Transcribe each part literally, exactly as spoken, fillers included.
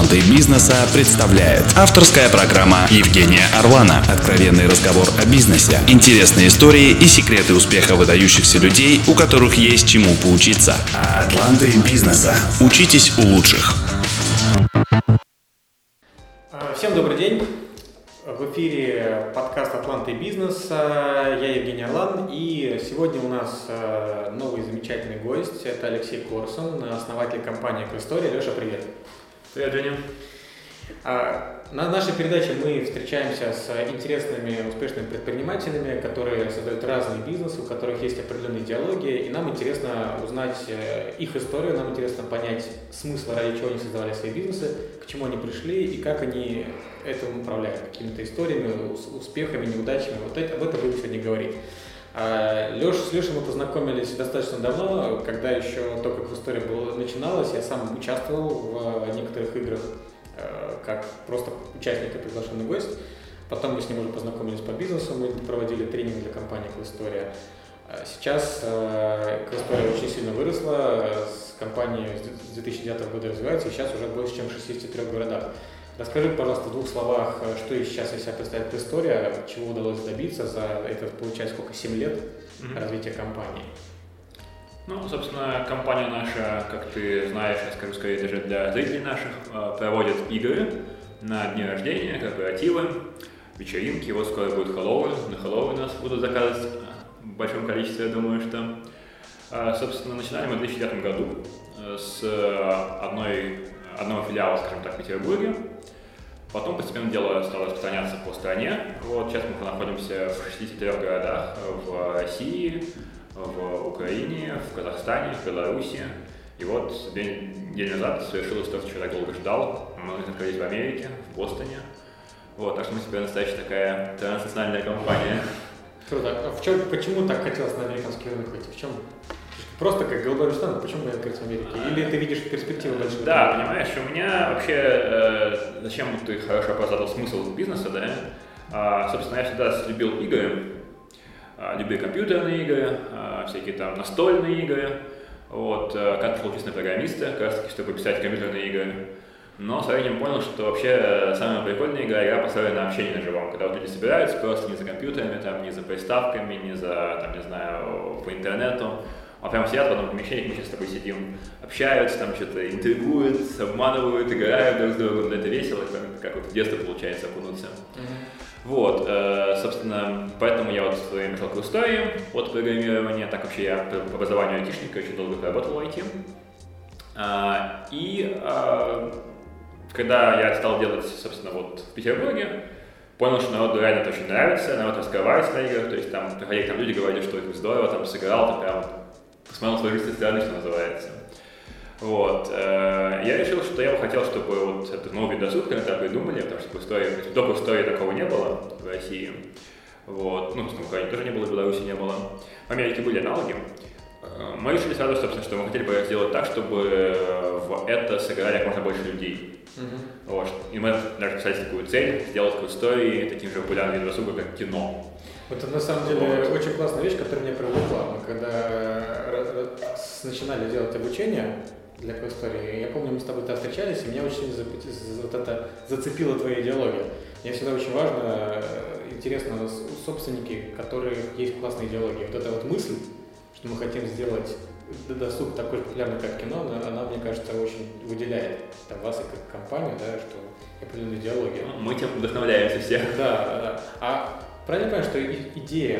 «Атланты бизнеса» представляет авторская программа Евгения Орлана. Откровенный разговор о бизнесе, интересные истории и секреты успеха выдающихся людей, у которых есть чему поучиться. «Атланты бизнеса». Учитесь у лучших. Всем добрый день. В эфире подкаст «Атланты бизнеса». Я Евгений Орлан. И сегодня у нас новый замечательный гость. Это Алексей Корсун, основатель компании «Эквестория». Леша, привет. Привет, Женя. На нашей передаче мы встречаемся с интересными, успешными предпринимателями, которые создают разные бизнесы, у которых есть определенные идеологии, и нам интересно узнать их историю, нам интересно понять смысл, ради чего они создавали свои бизнесы, к чему они пришли и как они этим управляют, какими-то историями, успехами, неудачами. Вот это, об этом будем сегодня говорить. Леш, с Лешей мы познакомились достаточно давно, когда еще только «Эквестория» была, начиналась, я сам участвовал в некоторых играх как просто участник и приглашенный гость. Потом мы с ним уже познакомились по бизнесу, мы проводили тренинг для компании «Эквестория». Сейчас «Эквестория» очень сильно выросла, компания с две тысячи девятого года развивается, и сейчас уже больше, чем в шестидесяти трёх городах. Расскажи, пожалуйста, в двух словах, что и сейчас из себя представляет «Эквестория», чего удалось добиться за это, получается, сколько, семь лет mm-hmm. развития компании? Ну, собственно, компания наша, как ты знаешь, я скажу скорее даже для зрителей наших, проводит игры на дни рождения, корпоративы, вечеринки. Вот скоро будет Хэллоуин, на Хэллоуин нас будут заказывать в большом количестве, я думаю, что. Собственно, начинали мы в две тысячи девятом году с одной, одного филиала, скажем так, в Петербурге. Потом постепенно дело стало распространяться по стране. Вот сейчас мы находимся в шестидесяти трёх городах в России, в Украине, в Казахстане, в Беларуси. И вот две недели назад совершилось то, что человек долго ждал. Мы находились в Америке, в Бостоне. Вот, так что мы теперь настоящая такая транснациональная компания. Круто. А в чем, почему так хотелось на американский рынок выйти? В чем? Просто как голубой ресторан, почему не открыть в Америке? Или ты видишь перспективы дальше? Да, понимаешь, у меня вообще, э, зачем ты хорошо позадал смысл бизнеса, да? А, собственно, я всегда любил игры, а, любил компьютерные игры, а, всякие там настольные игры. Вот, а, как учиться на программиста, как раз таки, чтобы писать компьютерные игры. Но со временем понял, что вообще самая прикольная игра, игра построена на общении на живом, когда вот люди собираются просто не за компьютерами, там, не за приставками, не за, там, не знаю, по интернету. А прям сидят в одном помещении, мы сейчас с тобой сидим, общаются, там что-то интригуют, обманывают, играют друг с другом. Это весело, как вот в детство получается окунуться. Mm-hmm. Вот, э, собственно, поэтому я вот пришел к истории от программирования. Так вообще я по образованию айтишника очень долго работал в ай ти. А, и а, когда я стал делать, собственно, вот в Петербурге, понял, что народу реально это очень нравится, народ раскрывается на играх, то есть там приходили там люди, говорили, что это здорово, там сыграл, там прям посмотрел свою жизнь со стороны, что называется. Вот. Я решил, что я бы хотел, чтобы вот этот новый досуг, который тогда придумали, потому что в истории, только в истории такого не было в России. Вот. Ну, в Украине тоже не было, в Беларуси не было. В Америке были аналоги. Мы решили сразу, собственно, что мы хотели бы сделать так, чтобы в это сыграли как можно больше людей. Mm-hmm. Вот. И мы даже писали такую цель, сделать к истории таким же популярным видом досуга, как кино. Это на самом деле вот. Очень классная вещь, которая меня привлекла. Мы когда начинали делать обучение для «Эквестории», я помню, мы с тобой тогда встречались, и меня очень вот это зацепила твоя идеология. Мне всегда очень важно, интересно, собственники, у которых есть классная идеология. Вот эта вот мысль, что мы хотим сделать досуг такой же популярный, как кино, она, она, мне кажется, очень выделяет там, вас и как компанию, да, что определенная идеология. Мы тем вдохновляемся все. Да, да. А правильно понимаю, что идея...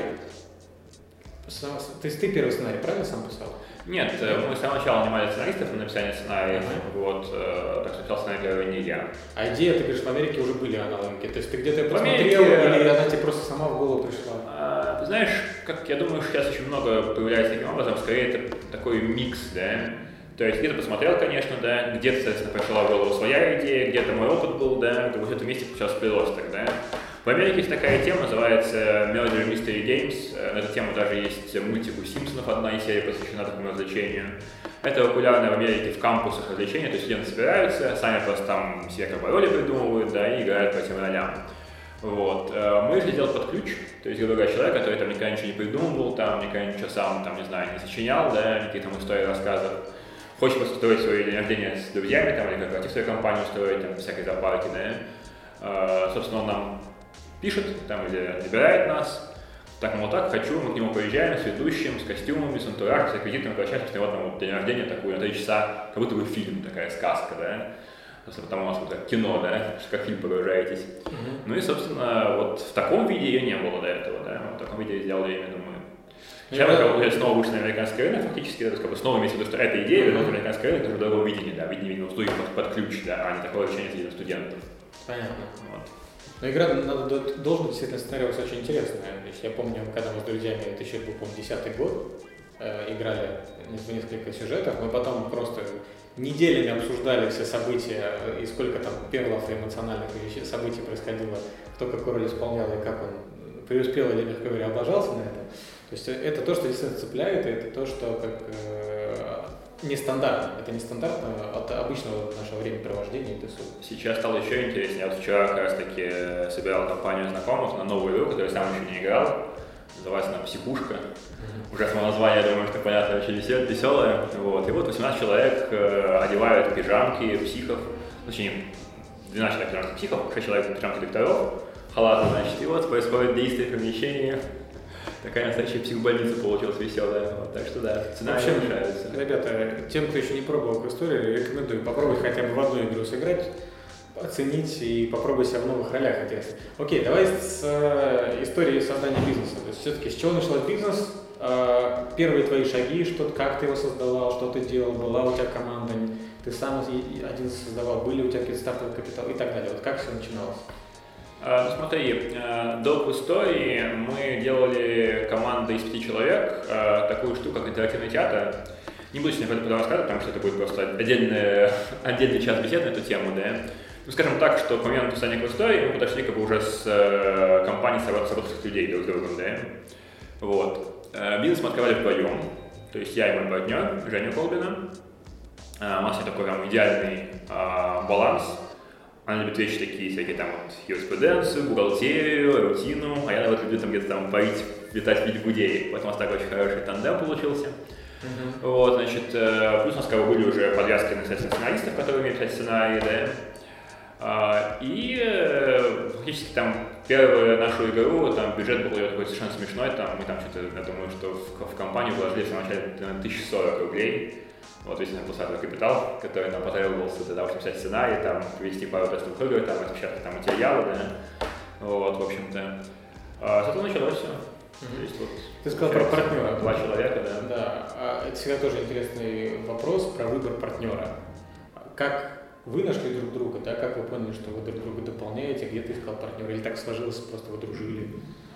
То есть ты первый сценарий правильно сам писал? Нет, мы с самого начала нанимали сценаристов на написание сценария, uh-huh. вот, так что писал сценарий не я. А идея, ты говоришь, в Америке уже были аналоги, то есть ты где-то ее посмотрел, Америке... или она тебе просто сама в голову пришла? А, ты знаешь, как я думаю, сейчас очень много появляется таким образом, скорее это такой микс, да. То есть где-то посмотрел, конечно, да, где-то, соответственно, пришла в голову своя идея, где-то мой опыт был, да, вот это вместе сейчас приросток, да. В Америке есть такая тема, называется Murder Mystery Games. На эту тему даже есть мультик у Симпсонов, одна из серий посвящена такому развлечению. Это популярно в Америке в кампусах развлечения, то есть студенты собираются, сами просто там себе как бы роли придумывают, да, и играют по этим ролям. Вот. Мы решили сделать под ключ, то есть, грубо говоря, человек, который там никогда ничего не придумывал, там никогда ничего сам, там, не знаю, не сочинял, да, никаких там историй, рассказов. хочет устроить свое день рождения с друзьями, там, или корпоратив свою компанию устроить, там, всякой запарки, да. А, собственно, он нам пишет, там, или набирает нас. Так, мол, так, хочу, мы к нему приезжаем с ведущим, с костюмами, с антуражем, с реквизитом, короче, и вот там вот день рождения такой на три часа, как будто бы фильм, такая сказка, да. Потому у вас вот как кино, да, как фильм погружаетесь. Mm-hmm. Ну и, собственно, вот в таком виде ее не было до этого, да, в таком виде я сделал я именно мы. Сейчас мы как бы снова вышли на американский рынок, фактически, это как бы снова имеется в виду, что эта идея вернуть на американский рынок, это уже другого видения, да, видение, видимо, услуги под, под ключ, да, а не такое решение среди студентов. Понятно. Вот. Но игра надо, должен действительно сценарироваться очень интересная. То есть я помню, когда мы с друзьями, это еще был, по-моему, десятый год, э, играли в несколько сюжетов, мы потом просто неделями обсуждали все события и сколько там перлов и эмоциональных вещей, событий происходило, кто какую роль исполнял и как он преуспел или, мягко говоря, облажался на это. То есть это то, что действительно цепляет, и это то, что как э, нестандартно. Это нестандартно от обычного нашего времяпровождения и досуга. Сейчас стало еще интереснее. Я вот вчера как раз таки собирал компанию знакомых на новую игру, которую я сам еще не играл. Называется она «Психушка». Mm-hmm. Уже само название, я думаю, что понятно, очень веселое. Вот. И вот восемнадцать человек э, одевают пижамки психов, точнее, двенадцать человек пижамки психов, шесть человек пижамки докторов, халаты, значит, и вот происходит действие помещения. Такая настоящая психбольница получилась веселая. Вот, так что да, цена в общем, решается. Ребята, тем, кто еще не пробовал эту историю, рекомендую попробовать хотя бы в одну игру сыграть, оценить и попробовать себя в новых ролях. Интересно. Окей, давай с э, истории создания бизнеса. То есть все-таки с чего начался бизнес? Э, первые твои шаги, что, как ты его создавал, что ты делал, была у тебя команда, ты сам один создавал, были у тебя какие-то стартовые капиталы и так далее. Вот как все начиналось? Ну смотри, долг истории мы делали командой из пяти человек, такую штуку, как интерактивный театр. Не буду сегодня потом рассказывать, потому что это будет просто отдельный, отдельный час бесед на эту тему, да. Ну, скажем так, что к моменту создания истории мы подошли как бы уже с компанией сработавших людей друг с другом, да. Вот. Бизнес мы открывали вдвоем, то есть я и мой партнер, Женя Колбина. У нас есть такой там идеальный баланс. Она любит вещи такие, всякие там вот юриспруденцию, бухгалтерию, рутину, а я вот люблю там где-то там парить, летать в виде гудей. Поэтому у нас такой очень хороший тандем получился. Uh-huh. Вот, значит, плюс у нас как бы были уже подвязки на сценаристов, которые умеют писать сценарии, да. И фактически там первую нашу игру, там бюджет был такой совершенно смешной, там мы там что-то, я думаю, что в, в компанию вложили в самом начале тысяча сорок рублей. Вот, весь был стартовый капитал, который нам потребовался для того, чтобы писать сценарий, там, провести пару тестовых игр, там, распечатать там материалы, да. Вот, в общем-то. А с этого началось все. Mm-hmm. Есть, вот, ты сказал про партнера. Два человека, да. Да, а это всегда тоже интересный вопрос про выбор партнера. Как вы нашли друг друга, да, как вы поняли, что вы друг друга дополняете, где ты искал партнера, или так сложилось, просто вы дружили?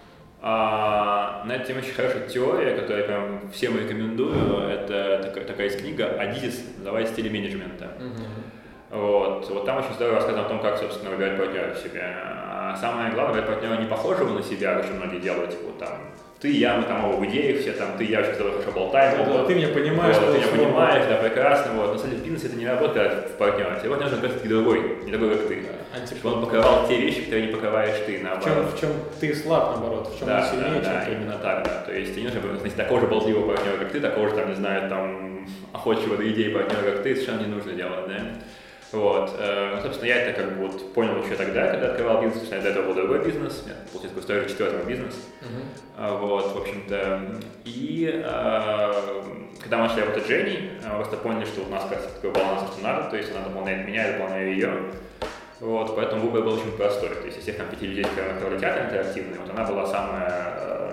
А, на эту тему очень хорошая теория, которую я прям всем рекомендую. Это такая, такая есть книга «Адизис», называется «Стиль менеджмента». Uh-huh. Вот. Вот там очень здорово рассказано о том, как, собственно, выбирать партнера себе. А самое главное, выбирать партнера не похожего на себя, очень многие делают, типа, там, ты, я, мы там оба в идеях все, там, ты, я очень с тобой хорошо болтаем. Да, вот, ты меня понимаешь, вот, ты меня понимаешь, да, прекрасно, вот. Но, кстати, в бизнесе это не работает в партнере. Тебе нужно как раз-таки другой, не такой, как ты. Да, чтобы он покрывал те вещи, которые не покрываешь ты, наоборот. В чем, в чем ты слаб, наоборот, в чем да, ты сильнее, да, чем да, ты. Именно так, да. То есть тебе не нужно быть такого же болтливого партнера, как ты, такого же, там, не знаю, там, охотчивого до идей партнера, как ты, совершенно не нужно делать, да. Вот, э, ну, собственно, я это как бы вот понял еще тогда, когда открывал бизнес, потому что до этого был другой бизнес, я, получается, такой четвертый бизнес, uh-huh. Вот, в общем-то, и э, когда мы начали работать с Женей, мы просто поняли, что у нас как раз такой баланс, что надо, то есть она дополняет меня, я дополняю ее, вот, поэтому выбор был очень простой, то есть из всех там пяти людей, которые открывали театр интерактивный, вот она была самая э,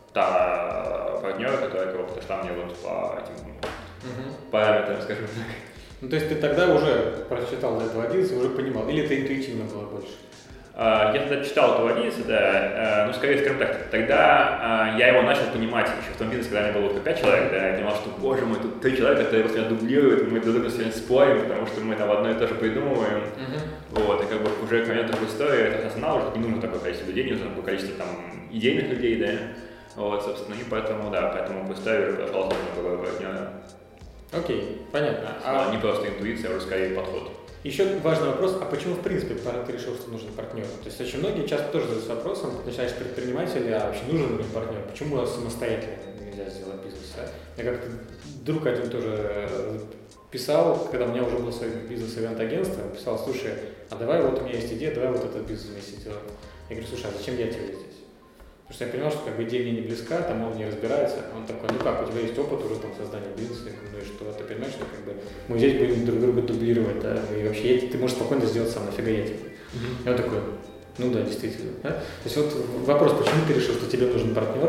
та партнера, которая как бы подошла мне вот по этим uh-huh. параметрам, скажем так. Ну, то есть ты тогда уже прочитал до этого одиннадцать и уже понимал, или это интуитивно было больше? Uh, я тогда читал этого одиннадцать, да, uh, ну, скорее, скажем так, тогда uh, я его начал понимать еще в том бизнесе, когда у меня было только пять человек, да, я понимал, что, боже мой, тут три человека, которые просто меня дублируют, мы друг друга сегодня спорим, потому что мы там одно и то же придумываем, uh-huh. Вот, и как бы уже к моменту в истории это осознал, что не нужно такое количество людей, не нужно такое количество там идейных людей, да, вот, собственно, и поэтому, да, поэтому в истории уже пошел такой партнер. Окей, понятно. А не просто интуиция, а уже скорее подход. Еще важный вопрос, а почему в принципе ты решил, что нужен партнер? То есть очень многие часто тоже задаются вопросом, начинаешь предприниматель, а вообще нужен ли партнер? Почему самостоятельно нельзя сделать бизнес? А? Я как-то друг один тоже писал, когда у меня уже было свое бизнес-ивент-агентство, писал, слушай, а давай вот у меня есть идея, давай вот этот бизнес вместе делаем. Я говорю, слушай, а зачем я тебе здесь? Потому что я понимал, что как бы идея мне не близка, там он не разбирается. Он такой, ну как, у тебя есть опыт уже там создания бизнеса, я говорю, ну и что, ты понимаешь, что как бы мы здесь будем друг друга дублировать, да, и вообще ты можешь спокойно сделать сам, нафига я тебе. Mm-hmm. И он такой, ну да, действительно. Да? То есть вот вопрос, почему ты решил, что тебе нужен партнер?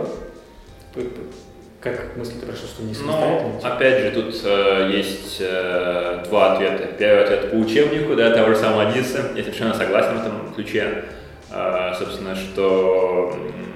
Как мысль ты прошла, что не самостоятельно? Ну, опять же, тут э, есть э, два ответа. Первый ответ по учебнику, да, того же самого Адиса. Я совершенно согласен в этом ключе. Э, собственно, что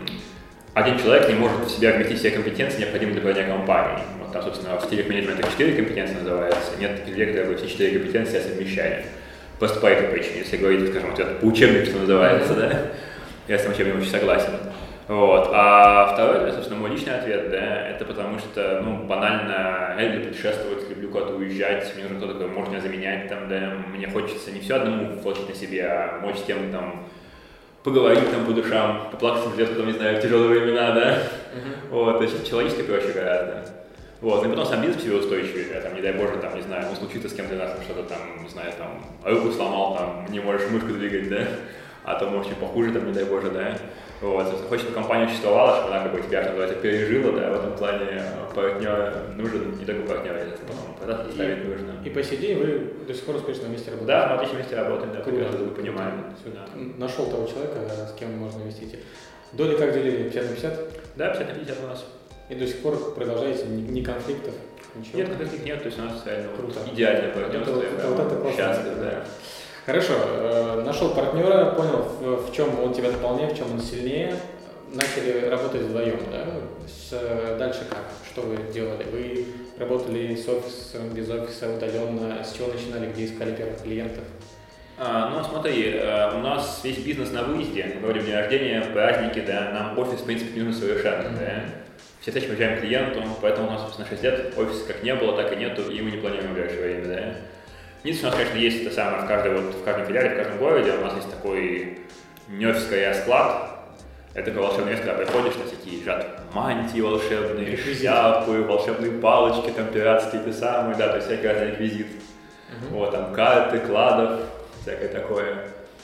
один человек не может в себя вместить все компетенции, необходимые для управления компанией. Вот там, собственно, в стиле менеджмента четыре компетенции называется. Нет таких людей, которые все четыре компетенции совмещали. Просто по этой причине, если говорить, скажем, ответ по учебнику, что называется, да, я с этим учебником очень согласен. Вот. А второй, собственно, мой личный ответ, да, это потому что, ну, банально, я люблю путешествовать, люблю куда-то уезжать, мне нужен кто-то, который может меня заменять, там, да, мне хочется не все одному флотить на себе, а мочь с кем-то там поговорить там по душам, поплакать в лет, потом, не знаю, в тяжелые времена, да, uh-huh. Вот, то есть человеческое проще гораздо. Вот, ну и потом сам бизнес себе устойчивый, да, там, не дай боже, там, не знаю, ну, случится с кем-то нас, что-то там, не знаю, там, руку сломал, там, не можешь мышку двигать, да, а то, может, похуже, там, не дай боже, да. Вот, хочешь, чтобы компания существовала, чтобы она как бы тебя, что называется, пережила, да, в этом плане партнер нужен, не только партнер, если потом процесс составить нужно. И по сей день вы до сих пор успешно вместе работаете? Да, мы отлично вместе работаем, да, прекрасно это понимаем. Да. Нашел того человека, с кем можно вместе. Доли как делили? пятьдесят на пятьдесят? Да, пятьдесят на пятьдесят у нас. И до сих пор продолжаете, ни, ни конфликтов, ничего? Нет, конфликтов нет, то есть у нас реально круто. Идеальное партнерство. Вот, вот, вот это классно. Счастлив, да. Хорошо, э, нашел партнера, понял, в, в чем он тебя дополняет, в чем он сильнее. Начали работать вдвоем, да? С, дальше как? Что вы делали? Вы работали с офисом, без офиса, удаленно? С чего начинали? Где искали первых клиентов? А, ну, смотри, у нас весь бизнес на выезде. Мы говорим, день рождения, праздники, да, нам офис, в принципе, не нужен совершенно, mm-hmm. да. Все встречи мы уезжаем к клиенту, поэтому у нас, собственно, шесть лет офиса как не было, так и нету, и мы не планируем в ближайшее время, да. Единственное, у нас, конечно, есть это самое в каждой, вот, в каждом филиале, в каждом городе, у нас есть такой не офис, скорее склад. Это такое волшебное место, когда приходишь, там всякие лежат мантии волшебные, шляпы, волшебные палочки, там пиратские, те самые, да, то есть всякий разный реквизит. Uh-huh. Вот, там карты, кладов, всякое такое.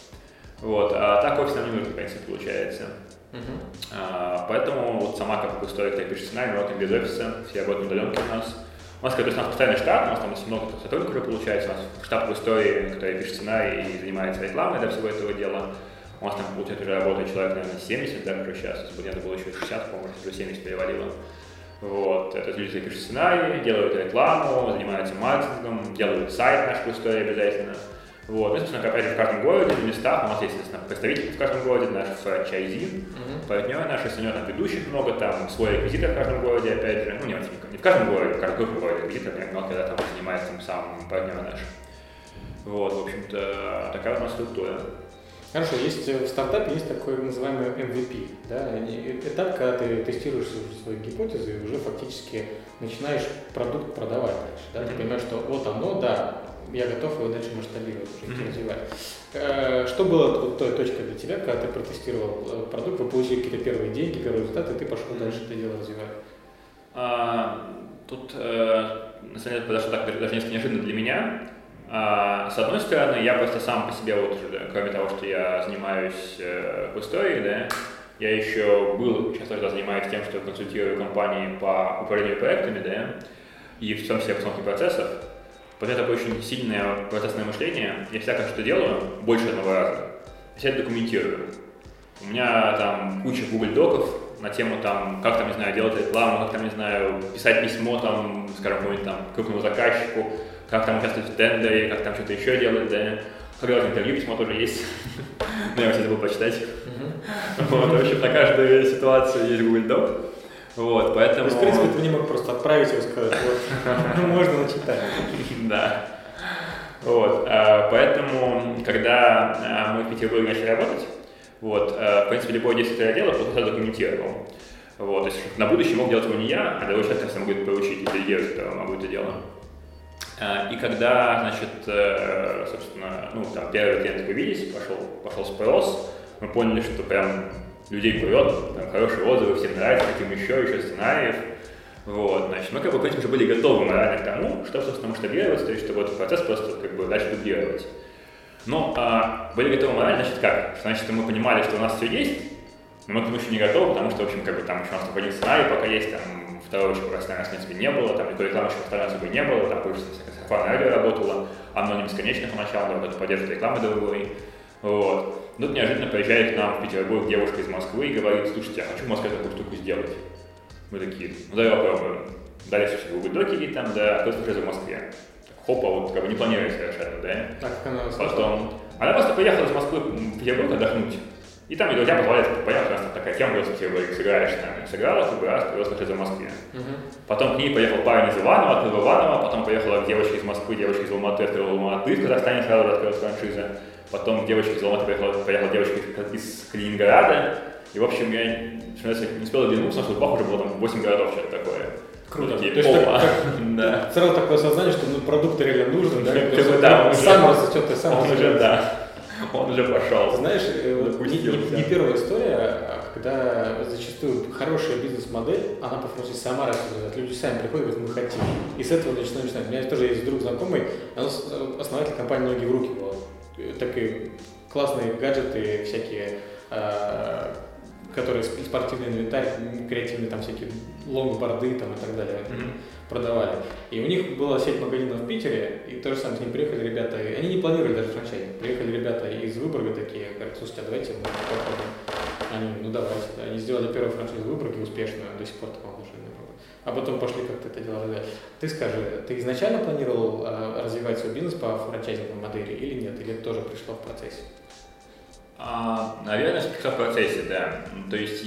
Вот, а так офис нам не нужен, в принципе, получается. Uh-huh. А, поэтому вот сама как бы история, кто пишет сценарий, мы работаем без офиса, все работают на удаленке у нас. У нас, то есть, у нас постоянный штат, у нас там есть много сотрудников уже получается, у нас штат в истории, который пишет сценарий и занимается рекламой для всего этого дела. У нас там, получается, уже работает человек, наверное, семьдесят, да, уже сейчас, если бы не было еще шестьдесят, по-моему, уже семьдесят перевалило. Вот, это люди, которые пишут сценарии, делают рекламу, занимаются маркетингом, делают сайт наш в истории обязательно. Вот, ну, собственно, опять же, в каждом городе, в местах, у нас есть, естественно, представители в каждом городе, наш франчайзи, uh-huh. партнеры наши, сеньор, там ведущих много, там свой реквизитор в каждом городе, опять же, ну, не, не в каждом городе, в каждом крупном городе реквизитор, например, когда там занимается там сам партнер наш. Вот, в общем-то, такая вот у нас структура. Хорошо, есть в стартапе есть такой называемый эм ви пи, да, этап, когда ты тестируешь свои гипотезы и уже фактически начинаешь продукт продавать дальше, да, mm-hmm. ты понимаешь, что вот оно, да, я готов его дальше масштабировать, уже mm-hmm. развивать. Что было вот той точкой для тебя, когда ты протестировал продукт, вы получили какие-то первые деньги, первые результаты, и ты пошел mm-hmm. дальше это дело развивать? А, тут, э, на самом деле, произошло так даже несколько неожиданно для меня. А, с одной стороны, я просто сам по себе, вот уже, кроме того, что я занимаюсь э, в истории, да, я еще был, сейчас тоже занимаюсь тем, что консультирую компании по управлению проектами, да, и в том числе постановке процессов. Вот это такое очень сильное процессное мышление. Я всякое что делаю больше одного раза. Я все это документирую. У меня там куча Google доков на тему там, как там, не знаю, делать рекламу, как там, не знаю, писать письмо там, скажем, какому-нибудь там крупному заказчику, как там участвовать в тендере, как там что-то еще делать, да. Как делать интервью, письмо тоже есть. Но я вообще забыл почитать. Вот, в общем, на каждую ситуацию есть Google Doc. Вот, поэтому... То есть, в принципе, ты не мог просто отправить его и сказать, вот, можно начитать. Да. Вот, поэтому, когда мы в Петербурге начали работать, вот, в принципе, любое действие, которое я делал, просто документировал. Вот, то есть, на будущее мог делать его не я, а другой человек, который могу это поручить, и делегировать, кто могу это дело. И когда, значит, собственно, ну, там, первые клиенты появились, пошел, пошел спрос, мы поняли, что прям людей прет, там хорошие отзывы, всем нравится, каким еще, еще сценариев. Вот, значит, мы как бы, в принципе, уже были готовы морально к тому, что, собственно, масштабировать, то есть, чтобы этот процесс просто как бы дальше дублировать. Но а, были готовы морально, значит, как? Значит, мы понимали, что у нас все есть, но мы к этому еще не готовы, потому что, в общем, как бы там еще у нас только один сценарий пока есть, там второго еще пространства, в принципе, не было, там никакой рекламы еще пространства особо не было, там больше сарафанное радио работало, оно не бесконечно поначалу, да, вот это поддерживает рекламы другой. Вот. Тут неожиданно приезжает к нам в Петербург девушка из Москвы и говорит: слушайте, я хочу в Москве такую штуку сделать. Мы такие: ну давай попробуем. Дали все Google докери там, да, а кто уже в Москве. Хопа, вот как бы не планировали совершенно, да. Так, она Потом. Она просто поехала из Москвы в Петербург отдохнуть. И там и друзья позвали, понятно, у нас там такая тема, просто в Петербурге сыграешь, там, сыграла, как бы раз, просто в Москве. Uh-huh. Потом к ней поехал парень из Иванова, открыл Иванова, потом поехала девочка из Москвы, девочка из Алматы, открыла Алматы, в Казахстане сразу открылась франшиза. Потом девочка из Алматы поехала, поехала девочка из Калининграда. И, в общем, я не успел оглянуться, потому что в Бах уже было там восемь городов, что-то такое. Круто. Такие, то есть так, да. Сразу такое сознание, что ну, продукт реально нужен, да? Да, сам растет, ты сам Он уже, да. Он уже пошел. Знаешь, вот не, не, не первая история, когда зачастую хорошая бизнес-модель, она по франшизе сама растет. Люди сами приходят и говорят: мы хотим. И с этого начинают начинать. У меня тоже есть друг знакомый, он основатель компании «Ноги в руки» был. Такие классные гаджеты всякие, которые спортивный инвентарь, креативные там всякие лонгборды там и так далее mm-hmm. продавали. И у них была сеть магазинов в Питере, и то же самое, к ним приехали ребята, и они не планировали даже франчайзинг, приехали ребята из Выборга такие, говорят: слушайте, а давайте мы попробуем. Они: ну давайте. Да. Они сделали первую франшизу в Выборге успешную, до сих пор такого уже не было. А потом пошли как-то это дело развивать. Ты скажи, ты изначально планировал э, развивать свой бизнес по франчайзинговой модели или нет? Или это тоже пришло в процессе? А, наверное, все-таки в процессе, да. То есть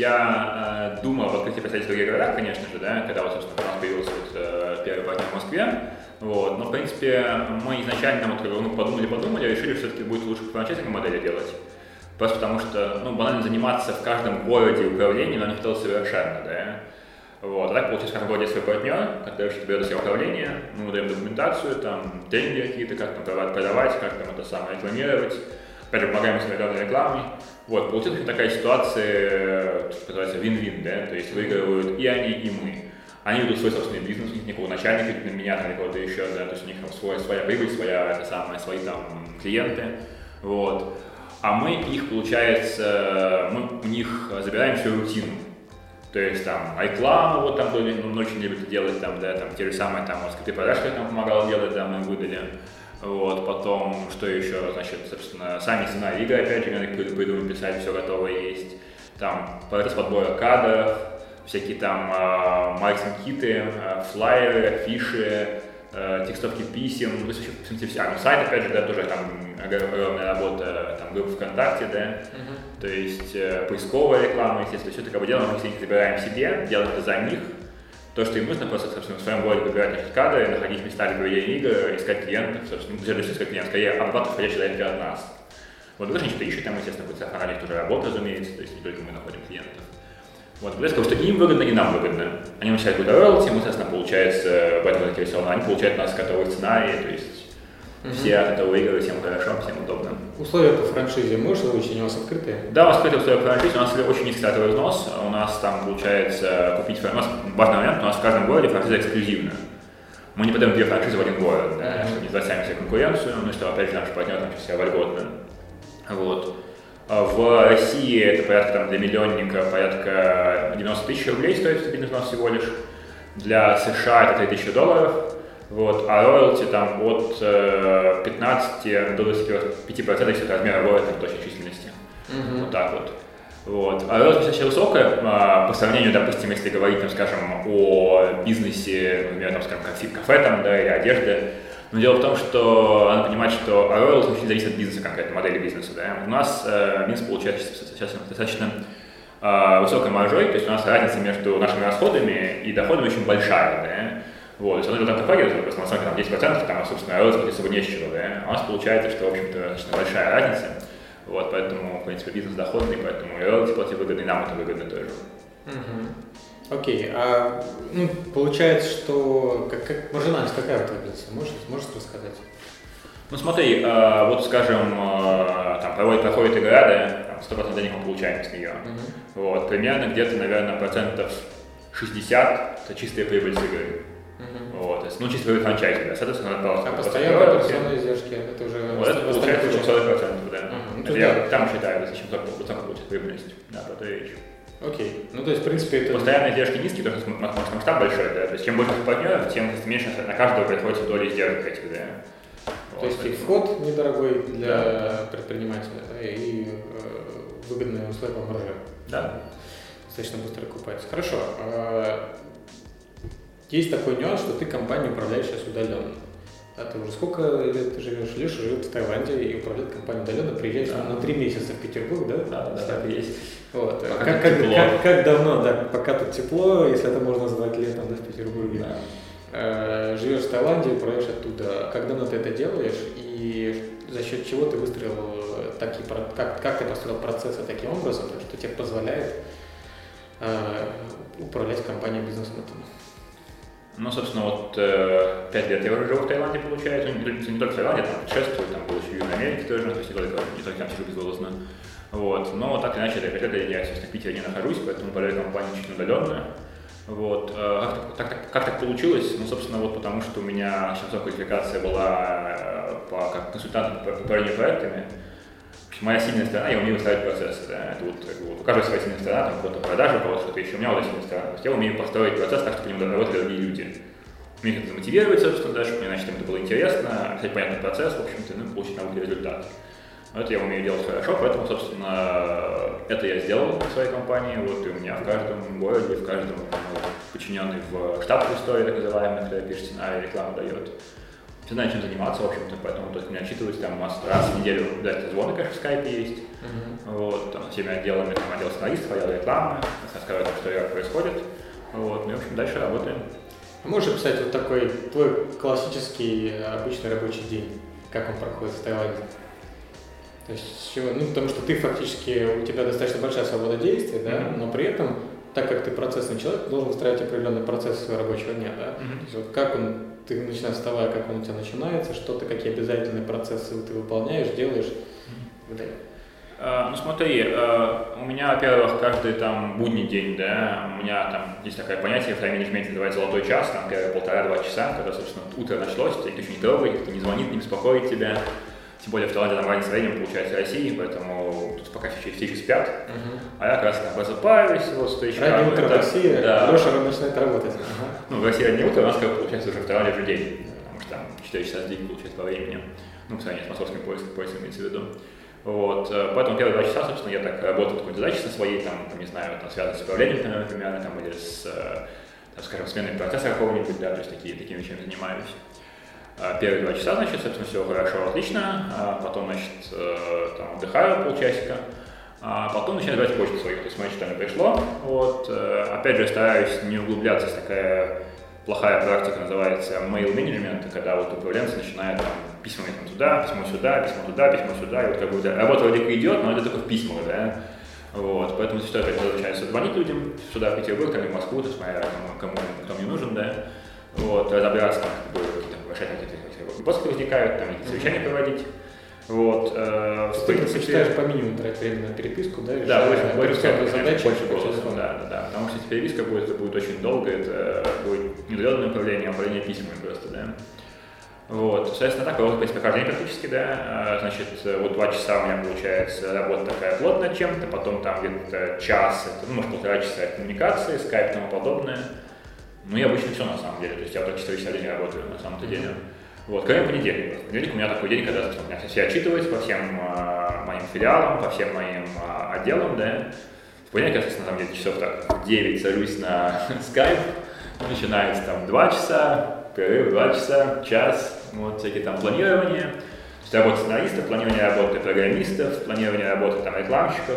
я э, думал об открытии представительств в других городах, конечно же, да, когда вот, собственно, у нас появился вот, э, первый партнер в Москве. Вот. Но, в принципе, мы изначально вот, ну, подумали-подумали, решили, что все-таки будет лучше по франчайзинговой модели делать. Просто потому что, ну, банально заниматься в каждом городе управлением нам не хотелось совершенно, да. Вот. А так получился, в каждом городе свой партнер, который берет на себя управление, мы выдаем документацию, там, тренинги какие-то, как там продавать, как там это самое рекламировать. Опять же, помогаем с миллионной рекламой. Вот, получилась такая ситуация, что называется, вин-вин, да, то есть выигрывают и они, и мы. Они ведут свой собственный бизнес, у них никакого начальника, на меня, там, кого-то еще, да, то есть у них там своя, своя прибыль, своя, это самое, свои там клиенты, вот. А мы их, получается, мы у них забираем всю рутину. То есть там рекламу, вот там были, ну, очень любят делать, там, да, там, те же самые, там, скрипты продаж, я там помогал делать, да, мы выдали. Вот, потом, что еще, значит, собственно, сами сценарии игры, опять же, надо придумать, писать, все готово есть. Там процесс подбора кадров, всякие там э, маркетинг-киты, э, флайеры, афиши, э, текстовки писем, ну, то есть, в принципе, вся, ну, сайт, опять же, да, тоже там огромная работа, там, группа ВКонтакте, да, uh-huh. то есть, э, поисковая реклама, естественно, все это как бы делаем, мы все их забираем себе, делаем это за них. То, что им нужно, просто, собственно, в своем городе выбирать наши кадры, находить места для проведения игр, искать клиентов, собственно, не даже искать клиентов, скорее обрабатывать входящие заявки от нас. Вот, вы что-то ищете, там, естественно, будет анализ тоже работа, разумеется, то есть не только мы находим клиентов. Вот, я сказал, что им выгодно, и нам выгодно. Они начинают какой-то роялти, мы, соответственно, получается, в этом заинтересованы, они получают у нас готовые сценарии, то есть mm-hmm. все от этого выигрывают, всем хорошо, всем удобно. Условия по франшизе можешь озвучить, у вас открытые? Да, у нас открытые условия по франшизе, у нас очень низкий стартовый взнос, у нас там получается купить франшизу, у нас важный момент, у нас в каждом городе франшиза эксклюзивна. Мы не подаем две франшизы в один город, да, mm-hmm. чтобы не застаем себе конкуренцию, ну и что, опять же, наш партнер там себя вольготно. Вот. В России это порядка там, для миллионника порядка девяносто тысяч рублей стоит бизнес у нас всего лишь. Для США это три тысячи долларов. Вот, а роялти там от э, пятнадцати до двадцати пяти процентов от размера города там, точной численности. Mm-hmm. Вот так вот. Вот. А роялти достаточно высокая а, по сравнению, допустим, если говорить, там, скажем, о бизнесе, например, там, скажем, кафе там, да, или одежды. Но дело в том, что надо понимать, что роялти очень зависит от бизнеса, конкретно модели бизнеса. Да? У нас э, бизнес получается сейчас достаточно э, высокой маржой, то есть у нас разница между нашими расходами и доходами очень большая. Да? Вот, то есть она там топагивает, просто на самом деле там десять процентов, там, собственно, роялти особо не с чего. Да? А у нас получается, что, в общем-то, достаточно большая разница. Вот, поэтому, в принципе, бизнес доходный, поэтому и роялти платить выгодно, и нам это выгодно тоже. Угу. Окей, а ну, получается, что как, как маржинальность какая в этом бизнесе? Можешь, можешь рассказать? Ну смотри, э, вот скажем, э, там проходит, проходит игра, да, сто процентов денег мы получаем с нее. Uh-huh. Вот, примерно где-то, наверное, процентов шестьдесят это чистая прибыль с игры. Uh-huh. Вот, то есть, ну, чисто франчайзи, да, соответственно, надо просто... А постоянно операционные издержки, это уже... Вот, это получается сорок процентов, да. Uh-huh. Это я там считаю, зачем только будет прибыльность, да, про это речь. Окей, ну, то есть, в принципе, это... Постоянные издержки низкие, потому что масштаб большой, да, то есть, чем больше партнеров, тем меньше на каждого приходится доля издержек этих, да. То вот, есть, и вход недорогой для да. предпринимателя, да, и э, выгодные условия по марже. Да. Достаточно быстро окупается. Хорошо. Есть такой нюанс, что ты компанией управляешь сейчас удаленно. А ты уже сколько лет ты живешь? Леша живет в Таиланде и управляет компанией удаленно, приезжаешь да. на три месяца в Петербург, да? Да, да, так и есть. Вот. Как, как, как, как давно, да, пока тут тепло, если это можно назвать летом, да, в Петербурге. Да. Э, живешь в Таиланде, управляешь оттуда. Как давно ты это делаешь и за счет чего ты выстроил такие, как, как ты построил процессы таким образом, что тебе позволяет э, управлять компанией бизнесом? Ну, собственно, вот э, пять лет я уже живу в Таиланде, получается, не, не только в Таиланде, там путешествую, там был еще в Южной Америке тоже, то есть не только, не только там сижу безволосно. Вот, но так или иначе, пять лет я, собственно, в Питере не нахожусь, поэтому управляю компанией чуть удаленно. Вот, э, как, так, как, как так получилось? Ну, собственно, вот потому что у меня сейчас квалификация была э, по, как консультант по управлению проектами. Моя сильная сторона, я умею выстраивать процессы, да, это вот, вот у каждого своя сильная сторона, там кто-то продажи, у кого-то что-то еще, у меня вот сильная сторона, то есть я умею построить процесс так, чтобы по нему работали другие люди. Умею это замотивировать, собственно, да, чтобы мне, значит, им это было интересно, описать понятный процесс, в общем-то, ну, получить на выходе результат. Это я умею делать хорошо, поэтому, собственно, это я сделал в своей компании, вот, и у меня в каждом городе, в каждом ну, подчиненный в штаб истории, так называемый, когда пишет сценарий, рекламу дает. Все знаю, чем заниматься, в общем-то, поэтому только меня отчитывать там раз в неделю, да, звоны, конечно, в скайпе есть, uh-huh. вот, там, всеми отделами, там, отдел сценаристов, отдел рекламы, рассказывать, что и как происходит, вот, ну, и, в общем, дальше работаем. А можешь описать вот такой твой классический обычный рабочий день, как он проходит в Таиланде? То есть, с чего? Ну, потому что ты фактически, у тебя достаточно большая свобода действий, да, uh-huh. но при этом, так как ты процессный человек, должен выстраивать определенный процесс своего рабочего дня, да, uh-huh. то есть, вот как он, ты начинаешь вставая, как он у тебя начинается, что ты, какие обязательные процессы ты выполняешь, делаешь, mm-hmm. Uh, ну смотри, uh, у меня, во-первых, каждый там будний день, да, у меня там есть такое понятие в тайм-менеджменте, называется золотой час, там полтора-два часа, когда, собственно, утро началось, тебя никто еще не трогает, никто не звонит, не беспокоит тебя. Тем более в Таиланде там разница времени получается России, поэтому тут пока все еще спят. Uh-huh. А я как раз там просыпаюсь, вот встречаю. Раннее утро в России, да. Леша начинает работать. Uh-huh. Ну, в России раннее утро, у нас как получается уже в Таиланде уже день, потому что там четыре часа в день получается по времени. Ну, по сравнению с московским поясом, поясом имеется в виду. Вот, поэтому первые два часа, собственно, я так работаю какой-то задачи со своей, там, не знаю, там, связанной с управлением, например, там, или с, там, скажем, сменой процесса какого-нибудь, да, то есть такие, такими вещами занимаюсь. Первые два часа, значит, собственно, все хорошо, отлично, потом, значит, там, отдыхаю полчасика, а потом начинаю брать почту свою, то есть смотреть, что мне пришло. Вот, опять же, стараюсь не углубляться, есть такая плохая практика, называется mail management, когда вот управленцы начинают там, письмами там, туда, письмо сюда, письмо туда, письмо сюда, и вот как бы работа вроде идет, но это только в письмах, да. Вот, поэтому сейчас опять начинается звонить людям сюда, в Петербург, там, в Москву, то есть смотря кому, кто мне нужен, да. Вот, разобраться, там, как бы, решать какие-то вопросы возникают, там, какие-то совещания проводить. Вот, э, ты предпочитаешь по минимуму тратить время на переписку, да? Да, больше, больше, задачи, больше голосом, да, да, да. Потому что если переписка будет, это будет очень долго, это будет неудаленное управление, а управление письмами просто, да. Вот, соответственно, так работает, в принципе, каждый день практически, да. Значит, вот два часа у меня получается работа такая плотная чем-то, потом там где-то час, это, ну, может, полтора часа коммуникации, скайп и тому подобное. Ну, и обычно все на самом деле, то есть я вот так четыре часа в день работаю на самом-то деле. Вот, кроме понедельника. Понедельник у меня такой день, когда, собственно, меня все отчитываются по всем э, моим филиалам, по всем моим э, отделам, да. В понедельник я, на самом деле, часов так в девять сажусь на скайп, начинается там два часа, перерыв два часа, час, вот, всякие там планирования, то есть работа сценаристов, планирование работы программистов, планирование работы там рекламщиков.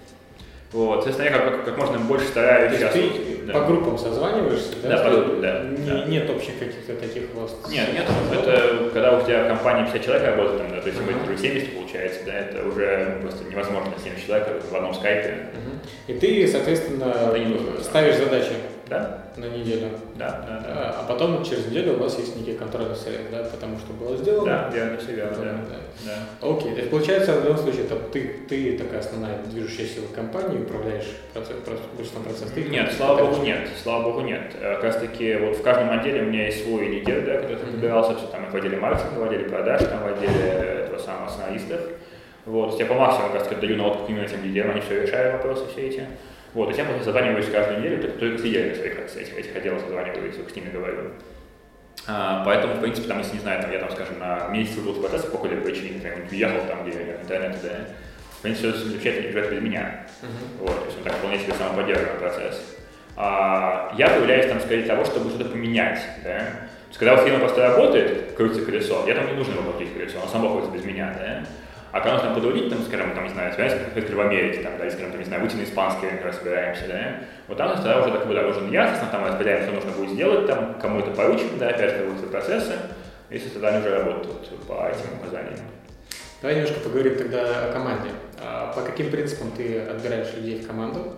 Вот, соответственно, я как, как можно больше стараюсь то сейчас. Ты да. по группам созваниваешься, да? Да, по группам, да, не, да. Нет общих каких-то таких у вас? Нет, нет, это когда у тебя компания пятьдесят человек работает, там, да, то есть uh-huh. уже семьдесят получается, да, это уже просто невозможно семьдесят человек в одном скайпе. Uh-huh. И ты, соответственно, ставишь задачи Да. На неделю. Да, да, да. А, а потом через неделю у вас есть некий контрольный совет, да, потому что было сделано. Да, верно, все верно, да. да. да. Окей, то есть получается, в любом случае, это ты, ты такая основная движущая сила компании, управляешь процесс, большинством процессов. Нет, слава богу, нет, слава богу, нет. Как раз таки, вот в каждом отделе у меня есть свой лидер, да, который подбирался, все там и в отделе маркетинга, в отделе продаж, там в отделе этого самого сценаристов. Вот, я по максимуму, как раз таки, даю на откуп именно этим лидерам, они все решают вопросы все эти. Вот, и я просто созваниваюсь каждую неделю, только с лидерами своих этих, этих отделов созваниваюсь, с ними говорю. А, поэтому, в принципе, там, если не знаю, там, я там, скажем, на месяц был в процессе по какой-либо причине, например, уехал там, где я в интернете, да, в принципе, все замечательно играет без меня. Uh-huh. Вот, то есть он так вполне себе самоподдерживает процесс. А, я появляюсь там, скорее, того, чтобы что-то поменять, да. То есть, когда фирма просто работает, крутится колесо, я там не нужно его крутить колесо, оно само ходит без меня, да. А когда нужно подводить, там, скажем, там, не знаю, собираемся в Америке, там, да, или, скажем, там, не знаю, выйти на испанский рынок, собираемся, да, вот там тогда уже так нужен я, соответственно, там мы определяем, что нужно будет сделать, там, кому это поручим, да, опять же, процессы, если тогда они уже работают вот, по этим указаниям. Давай немножко поговорим тогда о команде. А по каким принципам ты отбираешь людей в команду?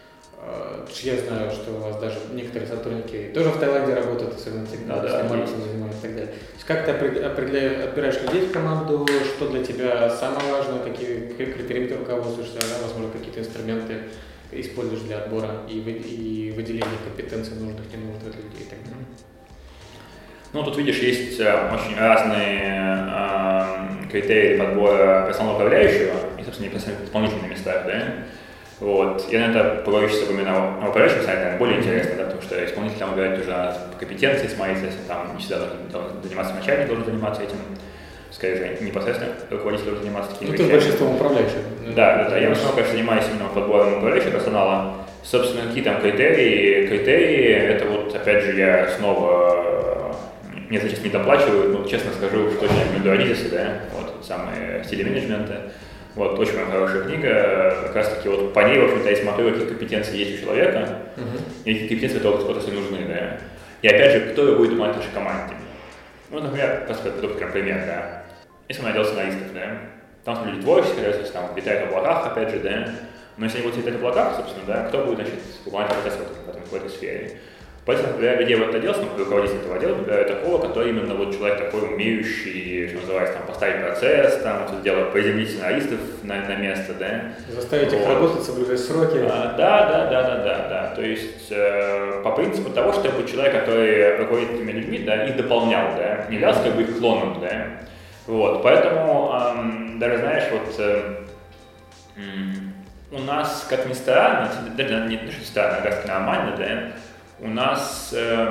Я знаю, что у вас даже некоторые сотрудники тоже в Таиланде работают, особенно те, кто да, маркетингом занимаются и так далее. То есть как ты определяешь, отбираешь людей в команду, что для тебя самое важное, какие критерии ты руководствуешься, да, возможно, какие-то инструменты используешь для отбора и, и выделения компетенций нужных, ненужных людей и так далее. Ну, тут, видишь, есть очень разные э, критерии подбора персонала управляющего и, собственно, непосредственно дополнительные места, да. Вот. Я, наверное, поговорю сейчас именно о управляющем сайте, более интересно, да, потому что исполнитель там выбирает уже по компетенции, смотрится, если там не всегда должен заниматься начальник, должен заниматься этим, скорее всего, непосредственно руководитель должен заниматься такими вещами. Ну, ты большинством управляющих. Да, да, да, я в основном, конечно, занимаюсь именно подбором управляющего персонала. Собственно, какие там критерии? Критерии, это вот, опять же, я снова, мне за честно не доплачивают, но честно скажу, что я рекомендую Адидасы, да, вот, самые стили менеджмента. Вот, очень хорошая книга, как раз таки вот по ней, в общем-то, я смотрю, какие компетенции есть у человека, uh-huh. и какие компетенции этого кто-то нужны, да. И опять же, кто будет думать в нашей команде. Ну, например, просто как пример, да. Если мы найдем сценаристов, да, там люди творческие, то есть там летают в облаках, опять же, да. Но если они будут летать в облаках, собственно, да, кто будет, значит, выполнять процесс в, этом, в этой сфере. Поэтому, например, людей в этот отдел, руководитель этого отдела, выбираю такого, который именно вот человек такой умеющий, что называется, там, поставить процесс, там, вот, делать, приземлить сценаристов на, на место, да. Заставить вот. их работать, соблюдать сроки. А, да, да, да, да, да, да. То есть, э, по принципу того, чтобы человек, который руководит этими людьми, да, их дополнял, да, не являлся как бы их клоном, да. Вот, поэтому, эм, даже, знаешь, вот, э, м- у нас, как ни странно, даже не, не что странно, а как нормально, да, у нас э,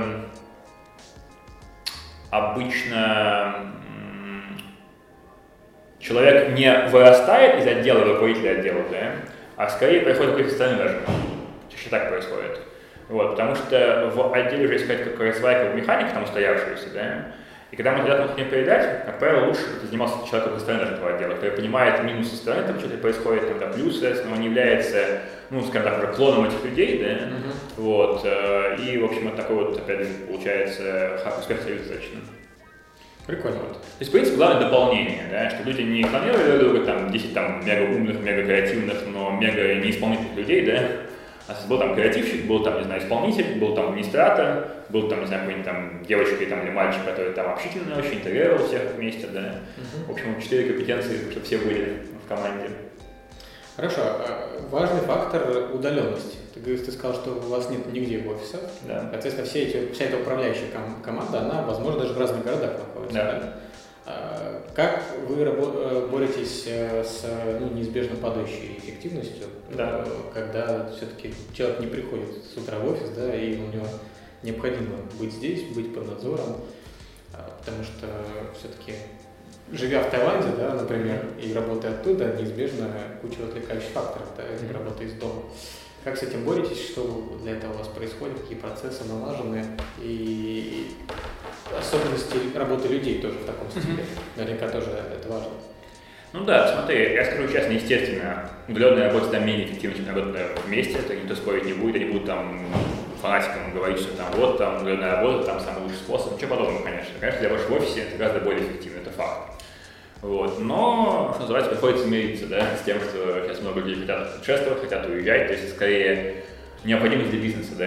обычно э, человек не вырастает из отдела руководителя отдела, да, а скорее приходит какой-то социальный нажим. Чаще так происходит. Вот, потому что в отделе уже есть какая-то своя механика там устоявшаяся, да, и когда мы ребятам хотим передать, как правило, лучше это занимался человек со стороны этого отдела, который понимает минусы стороны, там что-то происходит, там, да, плюсы, но он не является, ну, скажем так, уже клоном этих людей, да, uh-huh. вот, и, в общем, вот такой вот, опять же, получается, успех союза достаточно. Прикольно. Вот. То есть, в принципе, главное дополнение, да, чтобы люди не клонировали друг друга, там, десять там мега умных, мега креативных, но мега неисполнительных людей, да. А был там креативщик, был там, не знаю, исполнитель, был там администратор, был там, не знаю, какой-нибудь там девочка там, или мальчик, который там общительный, очень интегрировал всех вместе, да. Uh-huh. В общем, четыре компетенции, чтобы все были в команде. Хорошо. Важный фактор удаленности. Ты, ты сказал, что у вас нет нигде офисов. Да. Соответственно, все эти, вся эта управляющая ком- команда, она, возможно, даже в разных городах находится. Да. Да? Как вы боретесь с, ну, неизбежно падающей эффективностью, да. когда все-таки человек не приходит с утра в офис, да, и у него необходимо быть здесь, быть под надзором, потому что все-таки, живя в Таиланде, да, например, и работая оттуда, неизбежно куча отвлекающих факторов, да, mm-hmm. работа из дома. Как с этим боретесь, что для этого у вас происходит, какие процессы налажены и особенности работы людей тоже в таком стиле. Mm-hmm. Наверняка тоже это важно. Ну да, смотри, я скажу честно, естественно, удаленная работа там менее эффективна, чем работа вместе, это никто спорить не будет, они будут там фанатикам говорить, что там вот, там удаленная работа, там самый лучший способ, ничего подобного, конечно. Конечно, для вашего офиса это гораздо более эффективно, это факт. Вот. Но, что называется, приходится мириться, да, с тем, что сейчас много людей хотят путешествовать, хотят уезжать, то есть скорее необходимость для бизнеса, да.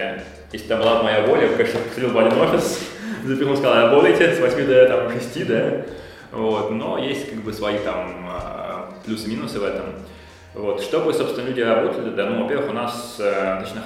если там была моя воля, я, конечно, посадил в один офис, запихнул, сказал, работайте с восьми до там, шести, да, вот, но есть как бы свои там плюсы-минусы в этом. Вот. Чтобы, собственно, люди работали, да, ну, во-первых, у нас э, достаточно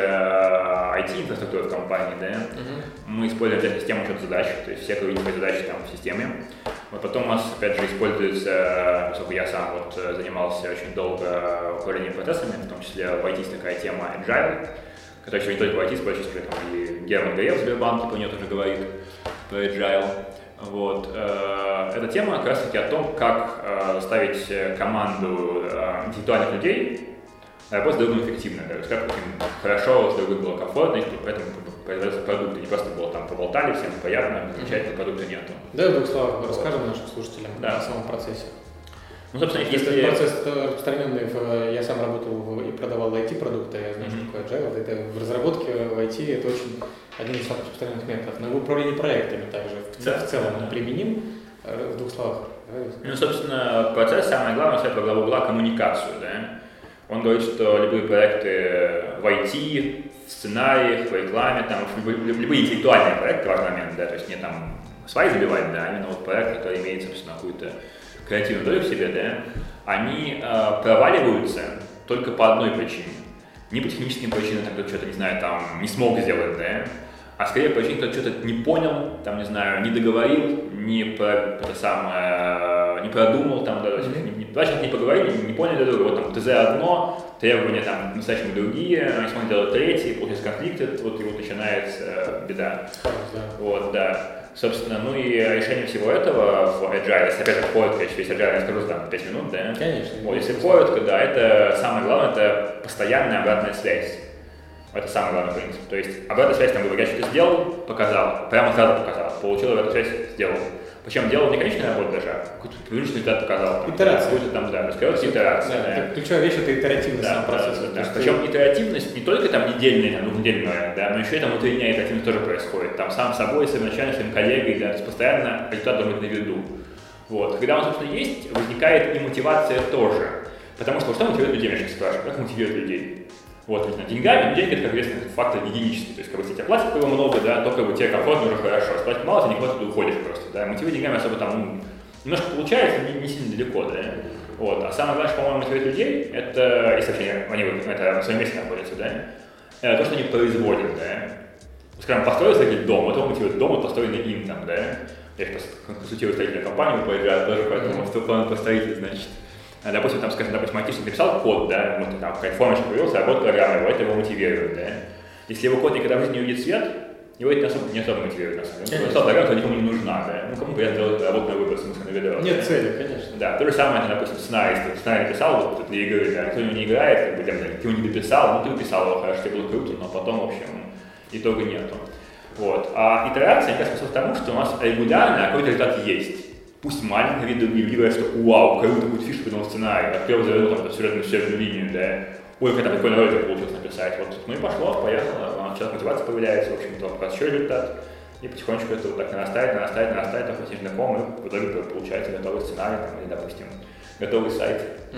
хорошая ай ти-инфраструктура в компании, да, uh-huh. мы используем для систему учета задач, то есть все ключевые задачи там в системе. Вот потом у нас, опять же, используется, поскольку я сам вот занимался очень долго управлением процессами, в том числе в ай ти есть такая тема Agile, которая еще не только в ай ти используется, там и Герман Гаев в Сбербанке по нее тоже говорит про Agile. Вот. Эта тема как раз таки о том, как заставить команду интеллектуальных людей работать друг с другом эффективно, то есть как им хорошо, чтобы друг было комфортно, и поэтому производятся продукты, не просто было там поболтали, всем приятно, замечательного продукта нету. Да, в двух словах расскажем нашим слушателям да. о самом процессе. Ну, собственно, если... если... Процесс распространенный, в... я сам работал и продавал ай ти-продукты, я знаю, mm-hmm. что такое Agile, это в разработке в ай ти это очень один из самых распространенных методов, но в управлении проектами также в, да, в целом да. применим. В двух словах. Ну, собственно, процесс, самое главное, с этого глава была коммуникацию, да. Он говорит, что любые проекты в ай ти, в сценариях, в рекламе, там, в общем, любые интеллектуальные проекты, важный момент, да, то есть не там свои забивать, да, а именно вот проект, который имеет, собственно, какую-то креативную долю в себе, да, они э, проваливаются только по одной причине. Не по техническим причинам, там кто-то что-то, не знаю, там, не смог сделать, да, а скорее по причине, кто-то что-то не понял, там, не знаю, не договорил, не, про, это самое, не продумал, там, да, mm-hmm. не, два человека не поговорили, не, не поняли друг друга, вот там ТЗ одно, требования там настоящими другие, они смогли делать третьи, получается конфликт, вот и вот начинается э, беда. Да. Вот, да. Собственно, ну и решение всего этого в Agile, если опять же коротко, если весь Agile я скажу за пять минут, да? Конечно. Вот, если коротко, да, это самое главное, это постоянная обратная связь. Это самый главный принцип. То есть обратная связь, там, говоря, что ты сделал, показал, прямо сразу показал, получил обратную связь, сделал. Причем делал не конечная работа даже, а какой-то предыдущий результат показал. Итерация. Какой-то там, да, то есть короткие итерации. Да, да. Ключевая вещь — это итеративность да, сам процесс. Да, да, да. Причем итеративность не только там недельная, там, двухдневная, да, но еще и там внутренняя итеративность тоже происходит. Там сам собой, своим начальником, своим коллегой, да, то есть постоянно результат должен быть на виду. Вот. Когда он, собственно, есть, возникает и мотивация тоже. Потому что что мотивирует людей, я сейчас спрашиваю, как мотивирует людей? Вот, ведь на деньгами, но деньги это, как известно, фактор гигиенический, то есть, как бы, если тебе платят его много, да, то, как бы, тебе комфортно уже хорошо, если платят мало, тебе не хватит, ты уходишь просто, да, мотивировать деньгами особо там, ну, немножко получается, не, не сильно далеко, да, вот, а самое главное, что, по-моему, мотивирует людей, это, если вообще они это, на своем месте находятся, да, это то, что они производят, да, скажем, построить строительный дом, это мотивирует дом, построенный им там, да, я сейчас консультирую строительную компанию, поиграю тоже, поэтому что план построить, значит. Допустим, там, скажем, допустим, айтишник написал код, да, вот там какая-то формочка появилась, работа программы, его это его мотивирует, да. Если его код никогда в жизни не увидит свет, его это не особо, не особо мотивирует, на самом деле. Он написал программу, которая никому не нужна, да. Ну, кому приятно делать работу на выбор, смысла на ведро. Нет да? цели, конечно. Да, то же самое, это, допустим, сценарий, если сценарий написал вот для игры, да, кто не играет, как бы, там, ты его не дописал, ну, ты написал его, хорошо, тебе было круто, но потом, в общем, итога нету. Вот. А итерация, как раз к тому, что у нас регулярно какой-то результат есть. Пусть маленький вид другие, люди говорят, что вау, круто, будет фишка придумал сценарий, открыл, завел там сюжетную сюжетную линию, да, ой, как там прикольно ролик получилось написать, вот, ну и пошло, поехало, сейчас мотивация появляется, в общем-то, пока еще результат, и потихонечку это вот так нарастает, нарастает, нарастает, так вот знаком, и в итоге получается готовый сценарий, там, или, допустим, готовый сайт.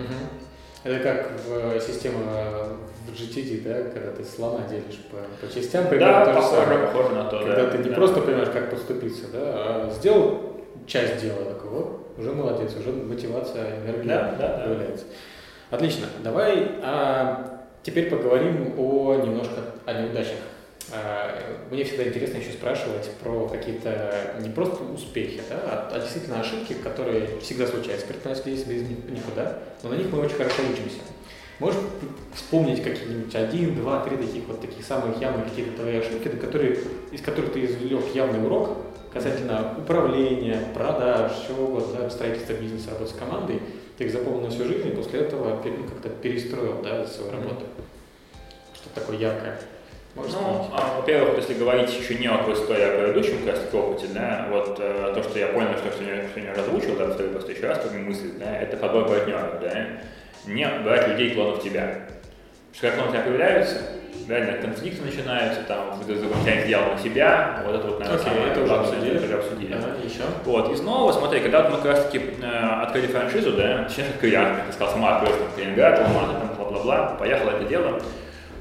Угу. Это как в системе в джи ти ди, да, когда ты слона делишь по, по частям, да, похоже, похоже на то, когда да. ты не да. просто понимаешь, как поступиться, да, а сделал часть дела такого, уже молодец, уже мотивация, энергия да, да, появляется. Да. Отлично. Давай а, теперь поговорим о немножко о неудачах. А, мне всегда интересно еще спрашивать про какие-то не просто успехи, да, а, а действительно ошибки, которые всегда случаются. Предприниматель есть без никуда, но на них мы очень хорошо учимся. Можешь вспомнить какие-нибудь один, два, три таких вот таких самых явных какие-то твои ошибки, которые, из которых ты извлек явный урок касательно управления, продаж, чего угодно, да, строительства бизнеса, работы с командой, ты их запомнил на всю жизнь и после этого ну, как-то перестроил, да, свою работу. Mm-hmm. Что-то такое яркое. Можешь ну, а, во-первых, если говорить еще не о той истории, а о предыдущем как раз опыте, да, вот э, то, что я понял, что я сегодня разлучил, да, повторю просто еще раз, как мысль, да, это подбор партнеров, да, не брать людей клонов тебя. Что как клоны у тебя появляются, реально конфликты начинаются, там, загрузять дело на себя, вот это вот, наверное, okay, самое, это уже обсудили. Это уже обсудили. Ага, еще. Вот, и снова, смотри, когда вот мы как раз таки э, открыли франшизу, да, сейчас открыли, как ты сказал, сама открылась там Калининград, Алматы, там, бла-бла-бла, поехало это дело,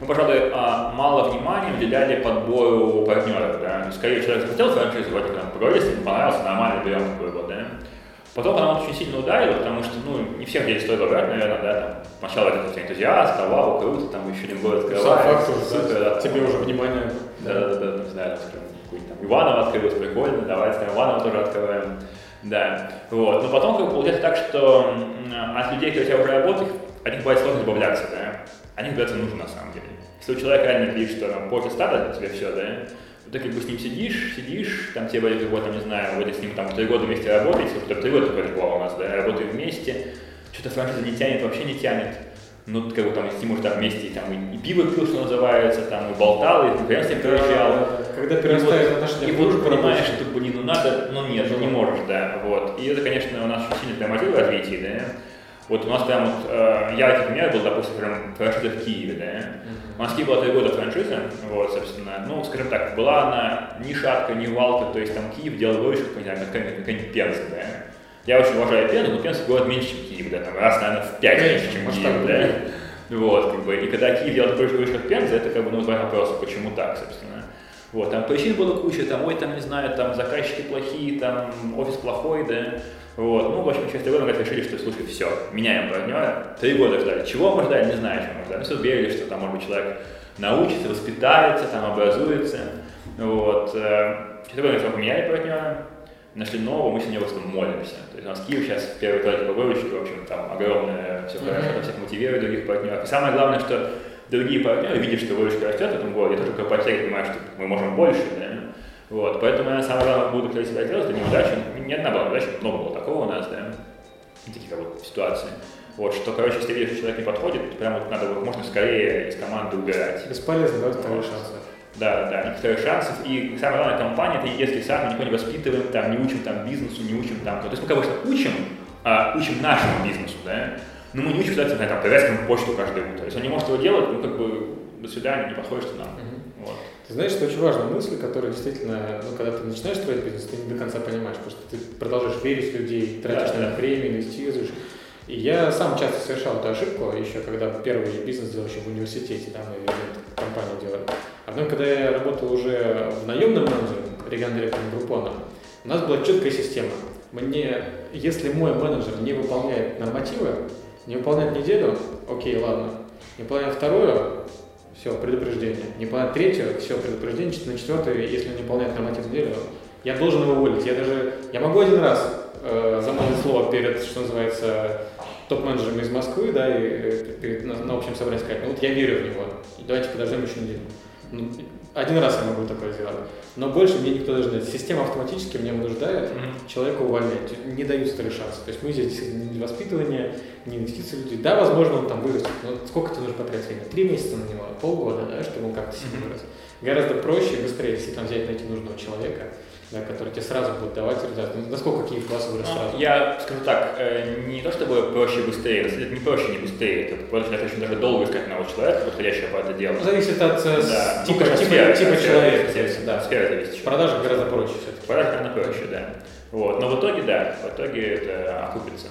мы, пожалуй, мало внимания уделяли подбору партнеров, да. Скорее, человек захотел франшизу, вроде как поговорили, если ему понравился, нормально, берем такой вот, да. Потом она очень сильно ударила, потому что, ну, не всех здесь стоит брать, наверное, да, там, сначала это все энтузиаст, а вау, круто, там еще один город открывается. Супер, да, тебе уже внимание. Да-да-да, не знаю, какой-нибудь там Иваново открылось, прикольно, давайте там Иваново тоже открываем. Да, вот. Но потом как бы получается так, что от людей, которые у тебя уже работают, от них бывает сложно избавляться, да. От них избавляться нужно на самом деле. Если у человека реально видишь, что там после старта тебе все, да, ты как бы с ним сидишь, сидишь, там тебе вроде как бы, там, не знаю, вроде с ним там три года вместе работаете, что три года вроде было у нас, да, работаем вместе, что-то франшиза не тянет, вообще не тянет. Ну, как бы там, с ним уже там вместе там и, и пиво пил, что называется, там и болтал, и конференции с ним приезжал. Когда перерастает отношения, и вот понимаешь, что, блин, ну надо, но нет, ну не можешь, да, вот. И это, конечно, у нас очень сильно тормозило развитие, да. Вот у нас прям вот, э, яркий пример был, допустим, прям франшиза в Киеве, да. Mm-hmm. У нас в Киеве была три года франшиза, вот, собственно, ну, скажем так, была она ни шатка, ни валка, то есть там Киев делал выручку, не знаю, какая-нибудь Пенза, да. Я очень уважаю Пензу, но Пенза город меньше, чем Киев, да, там раз, наверное, в пять меньше, чем Киев, да. Вот, как бы, и когда Киев делал такой же выручку, как Пенза, это как бы, ну, два вопроса, почему так, собственно. Вот, там причин было куча, там, ой, там, не знаю, там, заказчики плохие, там, офис плохой, да. Вот, ну, в общем, через три года мы решили, что, слушай, все, меняем партнера. Три года ждали. Чего мы ждали, не знаю, чего мы ждали. Мы все верили, что там, может быть, человек научится, воспитается, там, образуется. Вот. Через три года мы поменяли партнера, нашли нового, мы с ним просто молимся. То есть у нас Киев сейчас в первой точке по выручке, в общем, там, огромное, все хорошо, там, всех мотивирует других партнеров. И самое главное, что другие партнеры видят, что выручка растет в этом городе, я тоже как потеря понимаю, что мы можем больше, да. Вот, поэтому я самое главное буду, когда себя делать, это неудача. Не одна была неудача, много было такого у нас, да, таких как вот ситуаций. Вот, что, короче, если видишь, что человек не подходит, то прям вот надо вот можно скорее из команды убирать. Бесполезно давать вторые шансы. Да, да, никаких вторых шансов. И самое главное, компания, это если сам, мы никого не воспитываем, там, не учим там бизнесу, не учим там, то есть мы, конечно, учим, а, учим нашему бизнесу, да, но мы не учим, кстати, там, проверять ему почту каждое утро. Если он не может его делать, ну, как бы, до свидания, не подходишь ты нам. Mm-hmm. Вот. Ты знаешь, это очень важная мысль, которая действительно, ну, когда ты начинаешь строить бизнес, ты не до конца понимаешь, потому что ты продолжаешь верить в людей, тратишь да, на них да. время, инвестируешь. И я сам часто совершал эту ошибку, еще когда первый бизнес делал еще в университете, да, мы компанию делали. А потом, когда я работал уже в наемном менеджере, региональным Группоном, у нас была четкая система. Мне, если мой менеджер не выполняет нормативы, не выполняет неделю, окей, ладно. Не выполняет вторую, все, предупреждение. Не выполняет третью, все, предупреждение. На четвертую, если не выполняет норматив неделю, я должен его уволить. Я даже, я могу один раз э, замолвить слово перед, что называется, топ-менеджерами из Москвы, да, и перед, на, на общем собрании сказать, ну вот я верю в него, давайте подождем еще неделю. Ну, один раз я могу такое сделать, но больше мне никто даже не дает. Система автоматически меня вынуждает mm-hmm. человека увольнять, не дают вторые шансы. То есть мы здесь не для воспитывания, не инвестиции в людей. Да, возможно, он там вырастет, но сколько тебе нужно потратить время? Три месяца на него, полгода, да, чтобы он как-то сильно mm-hmm. вырос. Гораздо проще и быстрее, если там взять, найти нужного человека, да, который тебе сразу будет давать результат. Насколько Киев класс вырос ну, сразу? Я скажу так, не то чтобы проще и быстрее, это не проще, не быстрее, это просто очень даже долго искать нового человека, подходящего по это дело. Зависит от да. типа, ну, типа, сфера, типа сфера, человека. Сфера, да. сфера зависит. В продажах гораздо проще все-таки. В продажах гораздо проще, да. Вот. Но в итоге, да, в итоге это окупится.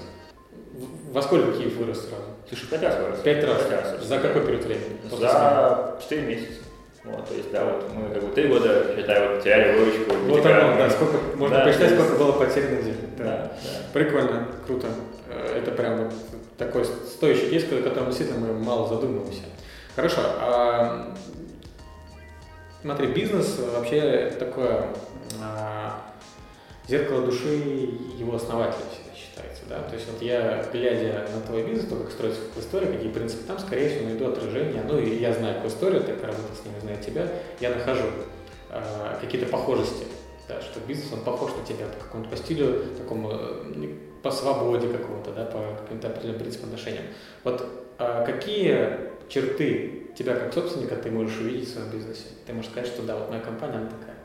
Во сколько Киев вырос сразу? Слушай, пять раз вырос. Пять раз? пять раз. За какой период времени? За четыре месяца. Вот, то есть, да, вот мы как бы три года, считаю, вот теряли выручку. Вот оно, да, сколько, можно да, посчитать, сколько было потерь на день. Да. Да, да. Прикольно, круто. Это прям вот такой стоящий кейс, о котором действительно мы мало задумываемся. Хорошо, а, смотри, бизнес вообще такое а, зеркало души его основателя всегда считается, да? То есть вот я, глядя на твой бизнес, то, как строится как история, какие принципы там, скорее всего, найду отражение. Ну и я знаю какую историю, так как работал с ними, знаю тебя, я нахожу а, какие-то похожести, да, что бизнес, он похож на тебя по какому-то по стилю, такому, по свободе какому-то, да, по каким-то определенным принципам отношениям. Вот а, какие черты тебя как собственника ты можешь увидеть в своем бизнесе? Ты можешь сказать, что да, вот моя компания, она такая.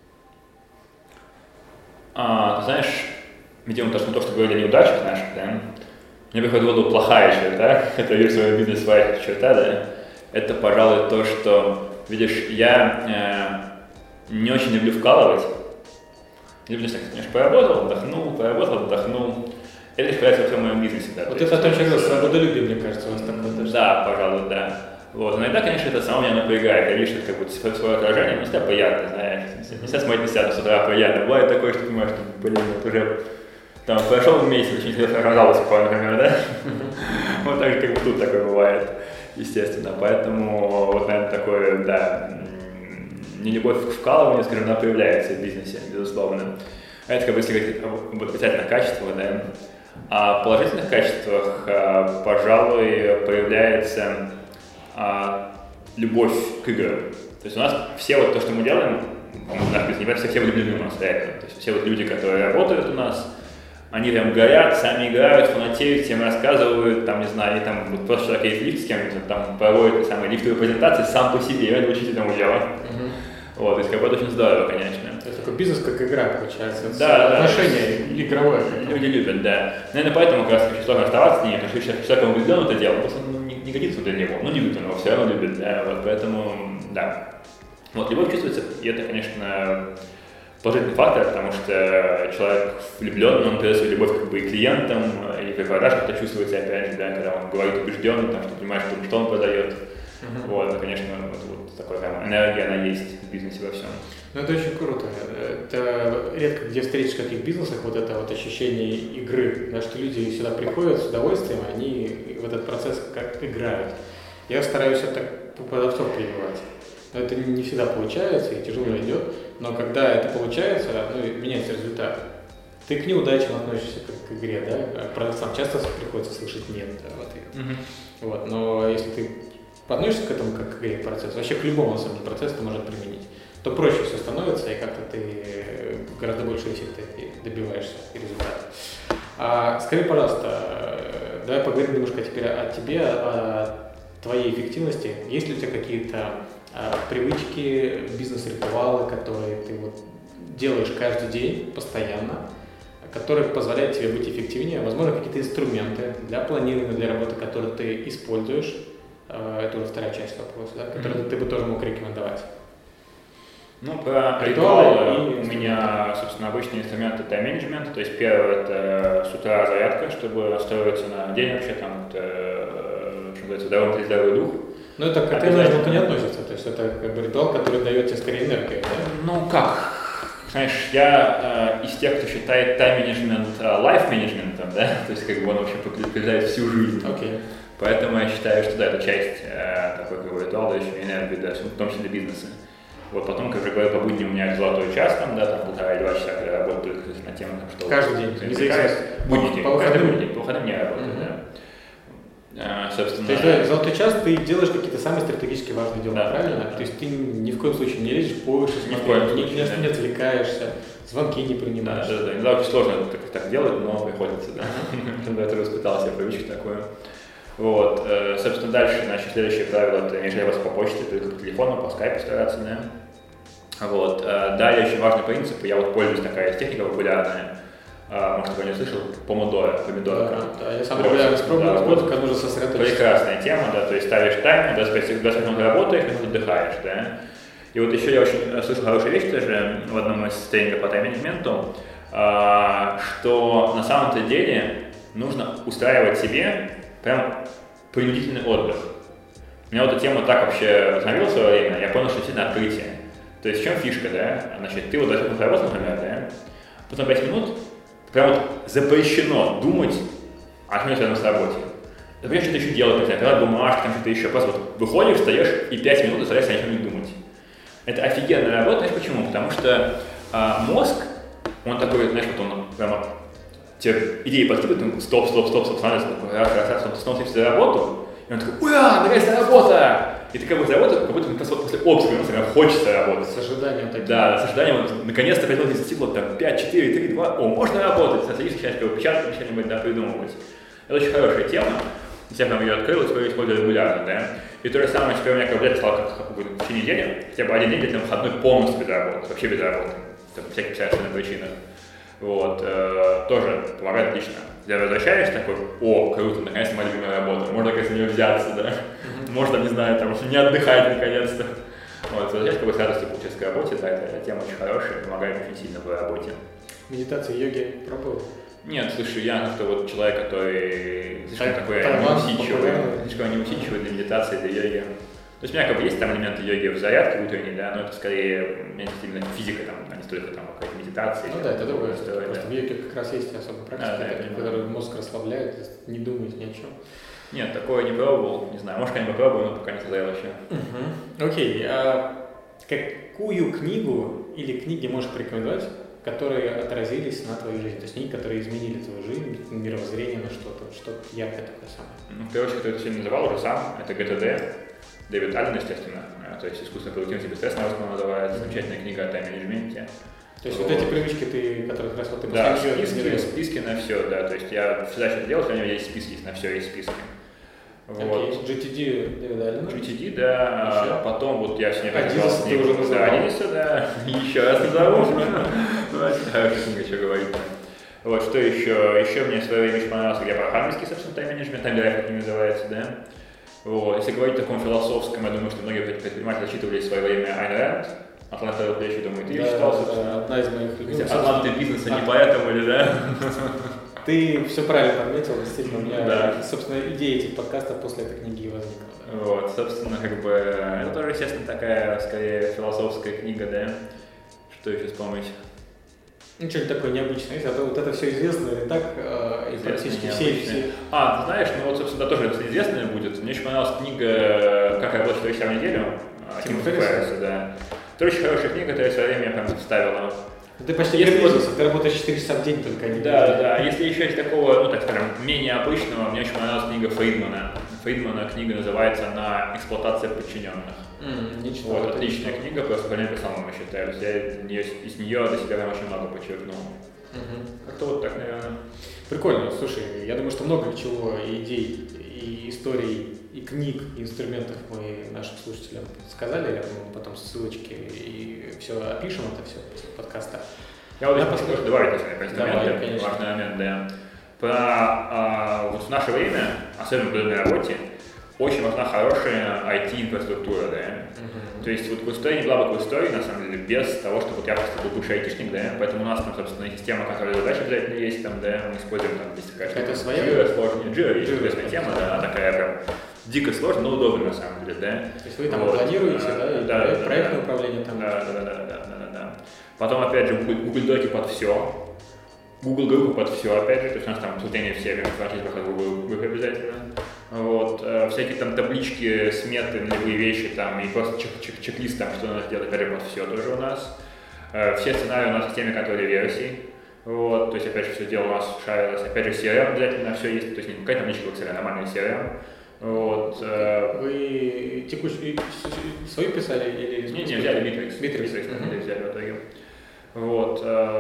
А, ты знаешь, видимо, то, что мы то, что говорили о неудачах наших, да, мне приходит в голову плохая черта, это вижу в своем бизнесе своя черта, да, это, пожалуй, то, что, видишь, я э, не очень люблю вкалывать. Люблю, знаешь, поработал, отдохнул, поработал, отдохнул. Это лишь появляется во всем моем бизнесе, да. Вот это о том, что я говорил, свободолюбие, мне кажется, у вас такое. Да, пожалуй, да. Вот. Иногда, конечно, это самое меня напрягает. Я вижу, что это как бы свое отражение, не всегда приятно, знаешь. Не всегда смотреть на себя с утра приятно. Бывает такое, что ты понимаешь, что, блин, вот уже там прошел месяц, очень интересно оказалось, например, да? Вот так же, как бы тут такое бывает, естественно. Поэтому вот, наверное, такое, да, нелюбовь к вкалыванию, скажем, она появляется в бизнесе, безусловно. Это как бы если говорить об отрицательных качествах, да. А в положительных качествах, пожалуй, появляется любовь к играм. То есть у нас все вот то, что мы делаем, наш бизнес, все, все влюблены у нас, реально. То есть все вот люди, которые работают у нас, они прям горят, сами играют, фанатеют, всем рассказывают, там, не знаю, и там вот просто человек есть лифт с кем-то, там проводит самые лифтовые презентации сам по себе, это учительному делу. Uh-huh. Вот, то есть как бы это очень здорово, конечно. То есть такой бизнес как игра получается, да, да, отношение да, игровое. Люди любят, да. Наверное, поэтому как раз очень сложно оставаться с ними, потому что если человек влюблен в это дело, просто ну, не, не годится для него, ну не любит он его, все равно любит, да, вот, поэтому, да. Вот, любовь чувствуется, и это, конечно, положительный фактор, потому что человек влюблен, он передает свою любовь как бы и клиентам, и при продажах это чувствуется, опять же, да, когда он говорит убежденно, там, что понимаешь, что он продает. Uh-huh. Вот, ну, конечно, вот, вот такая там энергия, она есть в бизнесе во всем. Ну, это очень круто. Это редко где встретишь в каких бизнесах вот это вот ощущение игры, да, что люди сюда приходят с удовольствием, они в этот процесс как играют. Я стараюсь это продавцов прививать. Но это не всегда получается и тяжело идет, но когда это получается, ну, меняется результат. Ты к неудачам относишься как к игре, да? А продавцам часто приходится слышать «нет» да, в ответ. Uh-huh. Вот, но если ты относишься к этому как к игре, процессу, вообще к любому на самом деле процессу ты можешь применить, то проще все становится, и как-то ты гораздо больше эффекта добиваешься и результата. А, скажи, пожалуйста, давай поговорим немножко теперь о тебе, о твоей эффективности. Есть ли у тебя какие-то а, привычки, бизнес-ритуалы, которые ты вот делаешь каждый день, постоянно, которые позволяют тебе быть эффективнее? Возможно, какие-то инструменты для планирования, для работы, которые ты используешь. Это уже вторая часть вопроса, да, которую mm-hmm. ты бы тоже мог рекомендовать. Ну, про ритуалы у меня, собственно, обычный инструмент — это тайм-менеджмент. То есть первое — это с утра зарядка, чтобы настроиться на день вообще, там, это, что называется, здоровый, здоровый дух. Ну, это к тайм-менеджменту не относится, то есть это как бы ритуал, который дает тебе скорее энергию, да? Ну, как? Знаешь, я э, из тех, кто считает тайм-менеджмент э, лайф-менеджментом, да, то есть как бы он вообще приобретает всю жизнь. Okay. Поэтому я считаю, что да, это часть э, такой как бы ритуала, дающего энергию, да, в том числе для бизнеса. Вот потом, как я говорю, по будням у меня золотой час, там, да, там полтора-два часа, когда я работаю на тему, там, что... Каждый день, не зависит. Будний день, каждый будний день, по выходным не работаю, mm-hmm. да. А, собственно... То есть, да, золотой час ты делаешь какие-то самые стратегически важные дела, да, правильно? Да. То есть ты ни в коем случае не лезешь позже, ни в коем случае, ни, да. не отвлекаешься, звонки не принимаешь. Да, да, да. Иногда очень сложно так, так делать, но приходится, да. Когда я тоже испытал себе привычку такую. Вот, э, собственно, дальше, значит, следующее правило — это не жаловаться по почте, только по телефону, по скайпу стараться, да. Вот, э, далее очень важный принцип, я вот пользуюсь, такая есть техника популярная, э, может, кто не слышал, помодоро, помидорка. Да, да, я сам регулярно испробую, да, вот, как нужно сосредоточиться. Прекрасная тема, да, то есть ставишь таймер, двадцать пять минут работаешь, минут отдыхаешь, да. И вот еще я очень слышал хорошую вещь тоже в одном из тренингов по тайм-менеджменту, э, что на самом-то деле нужно устраивать себе прям принудительный отдых. Меня вот эта тема так вообще вдохновила в свое время, я понял, что действительно открытие. То есть в чем фишка, да? Значит, ты вот двадцать минут работал, например, да? Потом пять минут прям вот запрещено думать о чем-то связанном с работой. Например, что-то еще делать, например, писать бумажки, там что-то еще. Просто вот выходишь, встаешь и пять минут стараешься о чем не думать. Это офигенная работа, знаешь почему? Потому что а, мозг, он такой, знаешь, вот он прямо тебе идеи подкидывает, он стоп, стоп, стоп, стоп, становится такой, раз, раз, раз, он снова садится за работу, и он такой, ура, наконец-то работа! И ты как бы за работу, как будто после обска, прям хочется работать. С ожиданием таким. Да, с ожиданием, вот, наконец-то пять минут достигло, там, пять, четыре, три, два, о, можно работать, садишься, начинаешь как бы печатать, что-нибудь, да, придумывать. Это очень хорошая тема, я там ее открыл, и теперь ее использую регулярно, да. И то же самое, теперь у меня как бы стало как бы в течение недели, хотя бы один день, где-то выходной полностью без работы, вообще без работы, там, всяких совершенно причинах. Вот, э, тоже помогает отлично. Я возвращаюсь такой, о, круто, наконец-то моя любимая работа, можно, конечно, не взяться, да, mm-hmm. можно, не знаю, там, не отдыхать наконец-то. Вот, возвращаюсь как бы с радостью получать к работе, да, эта тема очень хорошая, помогает очень сильно в работе. Медитация, йоги пробовал? Нет, слушай, я как-то вот человек, который слишком Так, такой талант, неусидчивый, популярный. слишком неусидчивый для медитации, для йоги. То есть у меня как бы есть там элементы йоги в зарядке утренней, да, но это скорее, у меня именно физика там, а не столько там какая-то медитация. Ну да, это другое. Просто Просто в йоге как раз есть особая практика, А, да, такие, которые мозг расслабляет, не думает ни о чем. Нет, такое не пробовал, не знаю, может, когда-нибудь попробую, но пока не созрел еще. Угу. Окей, а какую книгу или книги можешь порекомендовать, которые отразились на твоей жизни? То есть книги, которые изменили твою жизнь, мировоззрение на что-то, что яркое такое самое. Ну, в первую очередь, кто это сегодня называл уже сам, это ГТД, Дэвид Аллен, естественно, то есть «Искусство продуктивности без стресса», наверное, называется, замечательная книга о тайм-менеджменте. То есть вот, вот эти привычки, ты, которые как раз вот ты да, после списки, нее списки на все, да, то есть я всегда что-то делал, у меня есть списки, есть на все, есть списки. Вот. Okay. джи ти ди Дэвида Аллена. джи ти ди, да, а потом вот я сегодня Адидас ты уже называл. Да, Адидаса, да, еще раз назову. Хорошая книга, что говорить. Вот, что еще? Еще мне в свое время очень понравился, где про хармский, собственно, тайм-менеджмент, тайм-драйв, как не называется, да. Вот, если говорить о таком философском, я думаю, что многие предприниматели зачитывали в свое время Айн Рэнд, «Атланта плечи», думаю, ты ее да, читал, да, собственно. да, одна из моих любимых. «Атланты бизнеса» не поэтому или да? Ты все правильно подметил, действительно, у меня, да. собственно, идея этих подкастов после этой книги возникла. Да. Вот, собственно, как бы, это тоже, естественно, такая, скорее, философская книга, да. Что еще вспомнить? Ну, что-нибудь такое необычное. А то вот это все известно или так, э, и практически все, все... А, ты знаешь, ну вот, собственно, тоже это известное будет. Мне очень понравилась книга «Как работать в часа в неделю» Тима Ферриса, да. Это очень хорошая книга, которую я в свое время прям вставила. Ты почти приблизился, ты работаешь четыре часа в день только, не Да, да, да. Если еще есть такого, ну так скажем, менее обычного, мне очень понравилась книга Фридмана. Фридмана книга называется «На эксплуатация подчиненных». Mm, не читал, вот, это отличная не книга, просто по ней самому считаю. Я из нее до себя прям очень много подчеркнул. Mm-hmm. Как-то вот так, наверное. Прикольно, слушай, я думаю, что много чего, и идей, и историй, и книг, и инструментов мы нашим слушателям сказали, я думаю, потом ссылочки и все опишем это все после подкаста. Я вот здесь хочу добавить, если про инструменты, Давай, конечно. важный момент, да. Про, а, вот в наше время, особенно в удаленной работе, очень важна хорошая ай ти-инфраструктура, да. Uh-huh. То есть вот Кустой не была бы Кустой, на самом деле, без того, чтобы вот я просто был бывший айтишник, да, поэтому у нас там, собственно, система контроля задач обязательно есть, там, да, мы используем там, есть такая это штука, своя? Jira сложная, Jira есть известная тема, да, она такая прям дико сложная, но удобная на самом деле, да. То есть вы там вот. планируете, да, и да, проект, да, проектное да, управление там? Да, да, да, да, да, да, да. Потом, опять же, Google, Google Доки под все. Google группы под все, опять же, то есть у нас там обсуждение всеми информации проходит Google группы обязательно. Вот, э, всякие там таблички, сметы, нулевые вещи там, и просто чек чек чек-лист там, что надо сделать, опять же, под все тоже у нас. Э, все сценарии у нас в системе контроля версий. Вот, то есть, опять же, все дело у нас шарилось. Опять же, си ар эм обязательно все есть, то есть не какая-то табличка в Excel, а нормальный си ар эм. Вот, э, Вы текущие свои писали или... Не, не, взяли Bittrex. Bittrex. Uh-huh. Взяли в итоге. Вот.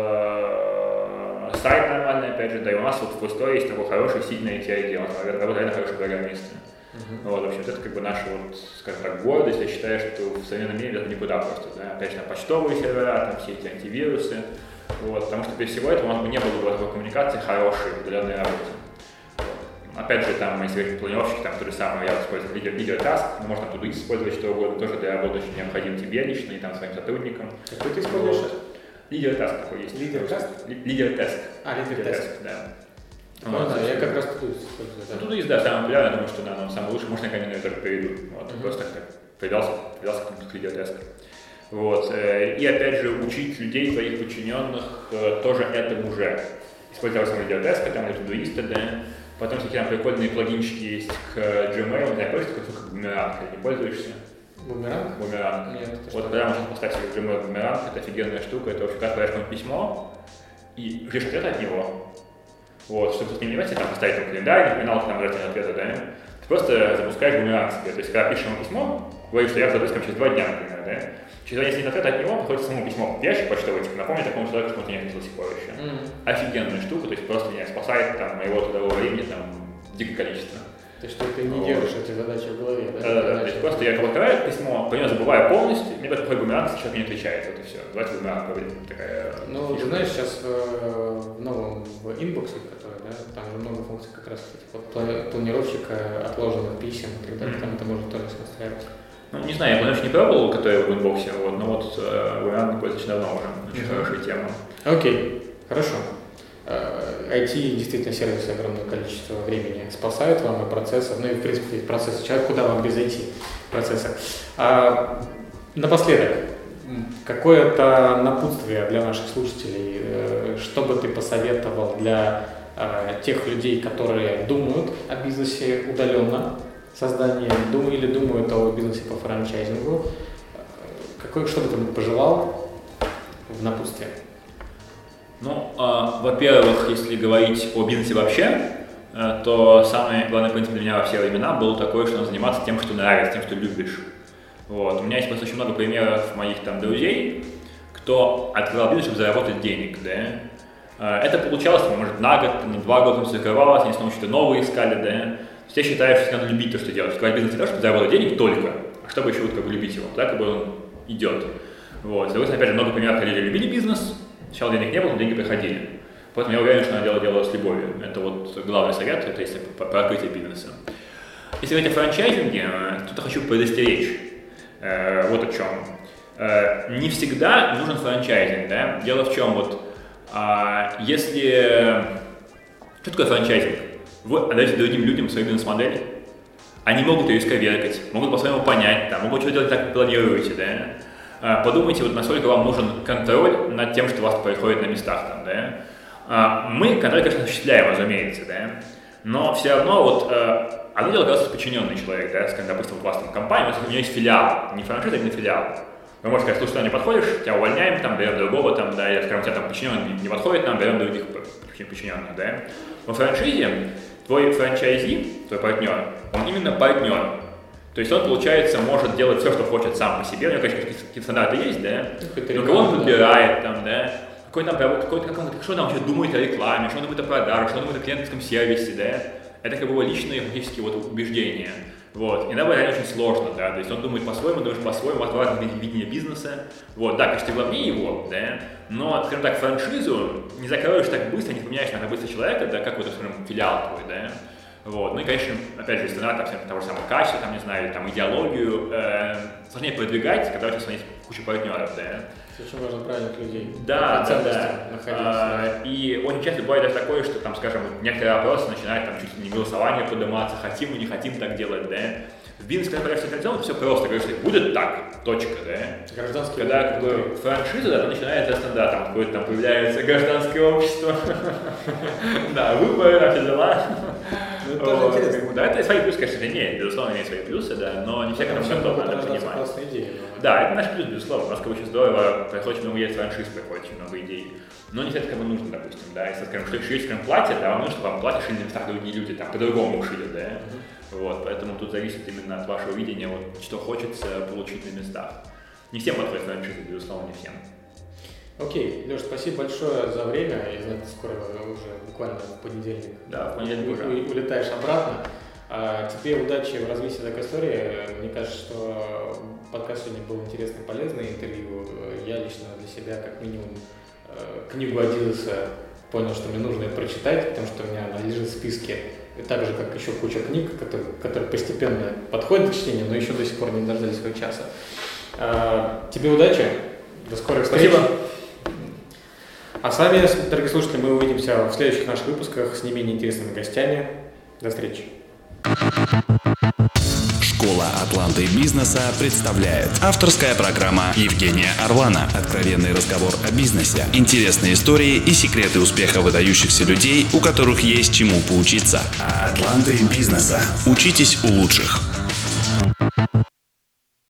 Э, сайт нормальный, опять же, да, и у нас вот в Кустой есть такой хороший, сильный ай ти-отдел, работают реально хорошие программисты. Uh-huh. Вот, в общем, это как бы наша, вот, скажем так, гордость. Я считаю, что в современном мире это никуда просто, да. Опять же, там почтовые сервера, там все эти антивирусы. Вот, потому что без всего этого у нас бы не было бы такой коммуникации хорошей в удаленной работе. Опять же, там, если говорить планировщики, там то же самое, я использую лидер task, но можно туда использовать что угодно, тоже для работы очень необходим тебе лично и там своим сотрудникам. Какой ты используешь? Лидер task такой есть. Лидер task? Лидер task. А, лидер task, да. Вот, да, я как раз тут использую. Да. Тут есть, да, самый популярный, думаю, что да, он самый лучший, можно я, конечно, тоже перейду. Вот, uh-huh. Просто так привязался, привязался к лидер task. Вот, и опять же, учить людей, твоих подчиненных, тоже этому же. Использовать самый лидер task, там Todoist, да. Потом всякие там прикольные плагинчики есть к Gmail, не пользуешься, как бумеранг, не пользуешься? Бумеранг? Бумеранг. Нет, это вот прямо сейчас поставь себе Gmail бумеранг, это офигенная штука, это вообще как отправляешь какое-нибудь письмо и ждешь ответа от него. Вот, чтобы тут не внимать, там поставить там календарь, напоминал там ожидания ответа, да? Ты просто запускаешь бумеранг себе, то есть когда пишешь ему письмо, говоришь, что я задаюсь через два дня, например, да? Через два дня нет ответа от него, приходится самому письмо в ящик почтовый, типа, напомнить такому человеку, что он не ответил до сих пор еще. Mm. Офигенная штука, то есть просто меня спасает там моего трудового времени там дикое количество. То есть что ты не вот. Держишь эти задачи в голове, да? Да, да, да. То есть просто я открываю письмо, по нему забываю полностью, мне потом приходит бумеранг, человек мне отвечает, вот и все. Давайте бумеранг говорит, такая... Ну, фишка. Ты знаешь, сейчас в новом в инбоксе, который, да, там же много функций как раз типа планировщика, отложенных писем и так далее, mm-hmm. там это можно тоже настраивать. Ну, не знаю, я, конечно, не пробовал, который в инбоксе, вот, но вот бумеранг достаточно давно уже, очень mm-hmm. хорошая тема. Окей, хорошо. ай ти действительно сервисы огромное количество времени спасают вам и процессов, ну и в принципе процессы. Человек, куда вам без ай ти процесса. А, напоследок, какое-то напутствие для наших слушателей, что бы ты посоветовал для а, тех людей, которые думают о бизнесе удаленно, создании, думают или думают о бизнесе по франчайзингу? Какой, что бы ты пожелал в напутствие? Ну, э, во-первых, если говорить о бизнесе вообще, э, то самый главный принцип для меня во все времена был такой, что надо заниматься тем, что нравится, тем, что любишь. Вот. У меня есть просто очень много примеров моих там друзей, кто открывал бизнес, чтобы заработать денег, да. Э, это получалось, может, на год, на два года закрывалось, они снова что-то новое искали, да. Я считаю, что надо любить то, что делать. Открывать бизнес не то, чтобы заработать денег только, а чтобы еще вот как бы любить его, так как бы он идет. Вот. Соответственно, опять же, много примеров, когда люди любили бизнес. Сначала денег не было, но деньги приходили. Поэтому я уверен, что надо дело делать с любовью. Это вот главный совет, это если про открытие бизнеса. Если говорить о франчайзинге, тут я хочу предостеречь. Э, вот о чем. Э, не всегда нужен франчайзинг. Да? Дело в чем, вот, э, если... Что такое франчайзинг? Вы отдаете другим людям свою бизнес-модель, они могут ее исковеркать, могут по-своему понять, там, могут что-то делать так, как планируете, да? Подумайте, вот насколько вам нужен контроль над тем, что у вас происходит на местах там, да. Мы контроль, конечно, осуществляем, разумеется, да, но все равно вот одно дело, когда вы подчиненный человек, да, скажем, допустим, у вас там компания, у нее есть филиал, не франшиза, а не филиал. Вы можете сказать, слушай, ты не подходишь, тебя увольняем, там, берем другого, там, да, или, скажем, у тебя там подчиненный не подходит, нам берем других подчиненных, да. Во франшизе твой франчайзи, твой партнер, он именно партнер. То есть он, получается, может делать все, что хочет сам по себе. У него, конечно, какие-то стандарты есть, да? Но кого он подбирает, там, да? Какой там, какой-то, как он, что он вообще думает о рекламе, что он думает о продажах, что он думает о клиентском сервисе, да? Это как бы его личные фактически вот убеждения. Вот. Иногда бывает очень сложно, да, то есть он думает по-своему, думаешь по-своему, у вас разное видение бизнеса. Вот, да, конечно, ты главнее его, да, но, скажем так, франшизу не закроешь так быстро, не поменяешь на быстро человека, да, как вот, скажем, филиал твой, да. Вот. Ну и, конечно, опять же, стандарт там, того же самого качества, там, не знаю, или там идеологию э, сложнее продвигать, когда у тебя есть куча партнеров, да. Очень важно правильных людей. Да, да, да. А, и очень часто бывает даже такое, что там, скажем, некоторые вопросы начинают там чуть ли не голосование подниматься, хотим мы, не хотим так делать, да. В бизнесе, когда продаешь традиционно, все просто, говоришь, будет так, точка, да. Гражданский когда как бы франшиза, да, начинается стандарт, там какое-то там появляется гражданское общество, да, выборы, там все дела. Ну, это тоже интересно. Да, это свои плюсы, конечно, имеет, безусловно, имеет свои плюсы, да, но не всякому всем удобно, надо понимать. Да, это наш плюс, безусловно, у нас как бы очень здорово, происходит очень много идей франшиз, приходит очень много идей, но не всегда как бы нужно, допустим, да, если, скажем, что шьете, скажем, платье, да, вам нужно, чтобы вам платье шили на местах другие люди, там, по-другому шили, да, uh-huh. Вот, поэтому тут зависит именно от вашего видения, вот, что хочется получить на местах. Не всем подходит франшиза, безусловно, не всем. Окей, Леш, спасибо большое за время. Я знаю, ты скоро уже буквально в понедельник, да, в понедельник уже улетаешь обратно. А тебе удачи в развитии такой истории. Мне кажется, что подкаст сегодня был интересный, полезный интервью. Я лично для себя, как минимум, книгу Адидаса понял, что мне нужно ее прочитать, потому что у меня она лежит в списке. И так же, как еще куча книг, которые, которые постепенно подходят к чтению, но еще до сих пор не дождались своего часа. А, тебе удачи. До скорых встреч. Спасибо. А с вами, дорогие слушатели, мы увидимся в следующих наших выпусках с не менее интересными гостями. До встречи. Школа Атланты бизнеса представляет авторская программа Евгения Орлана. Откровенный разговор о бизнесе, интересные истории и секреты успеха выдающихся людей, у которых есть чему поучиться. Атланты бизнеса. Учитесь у лучших.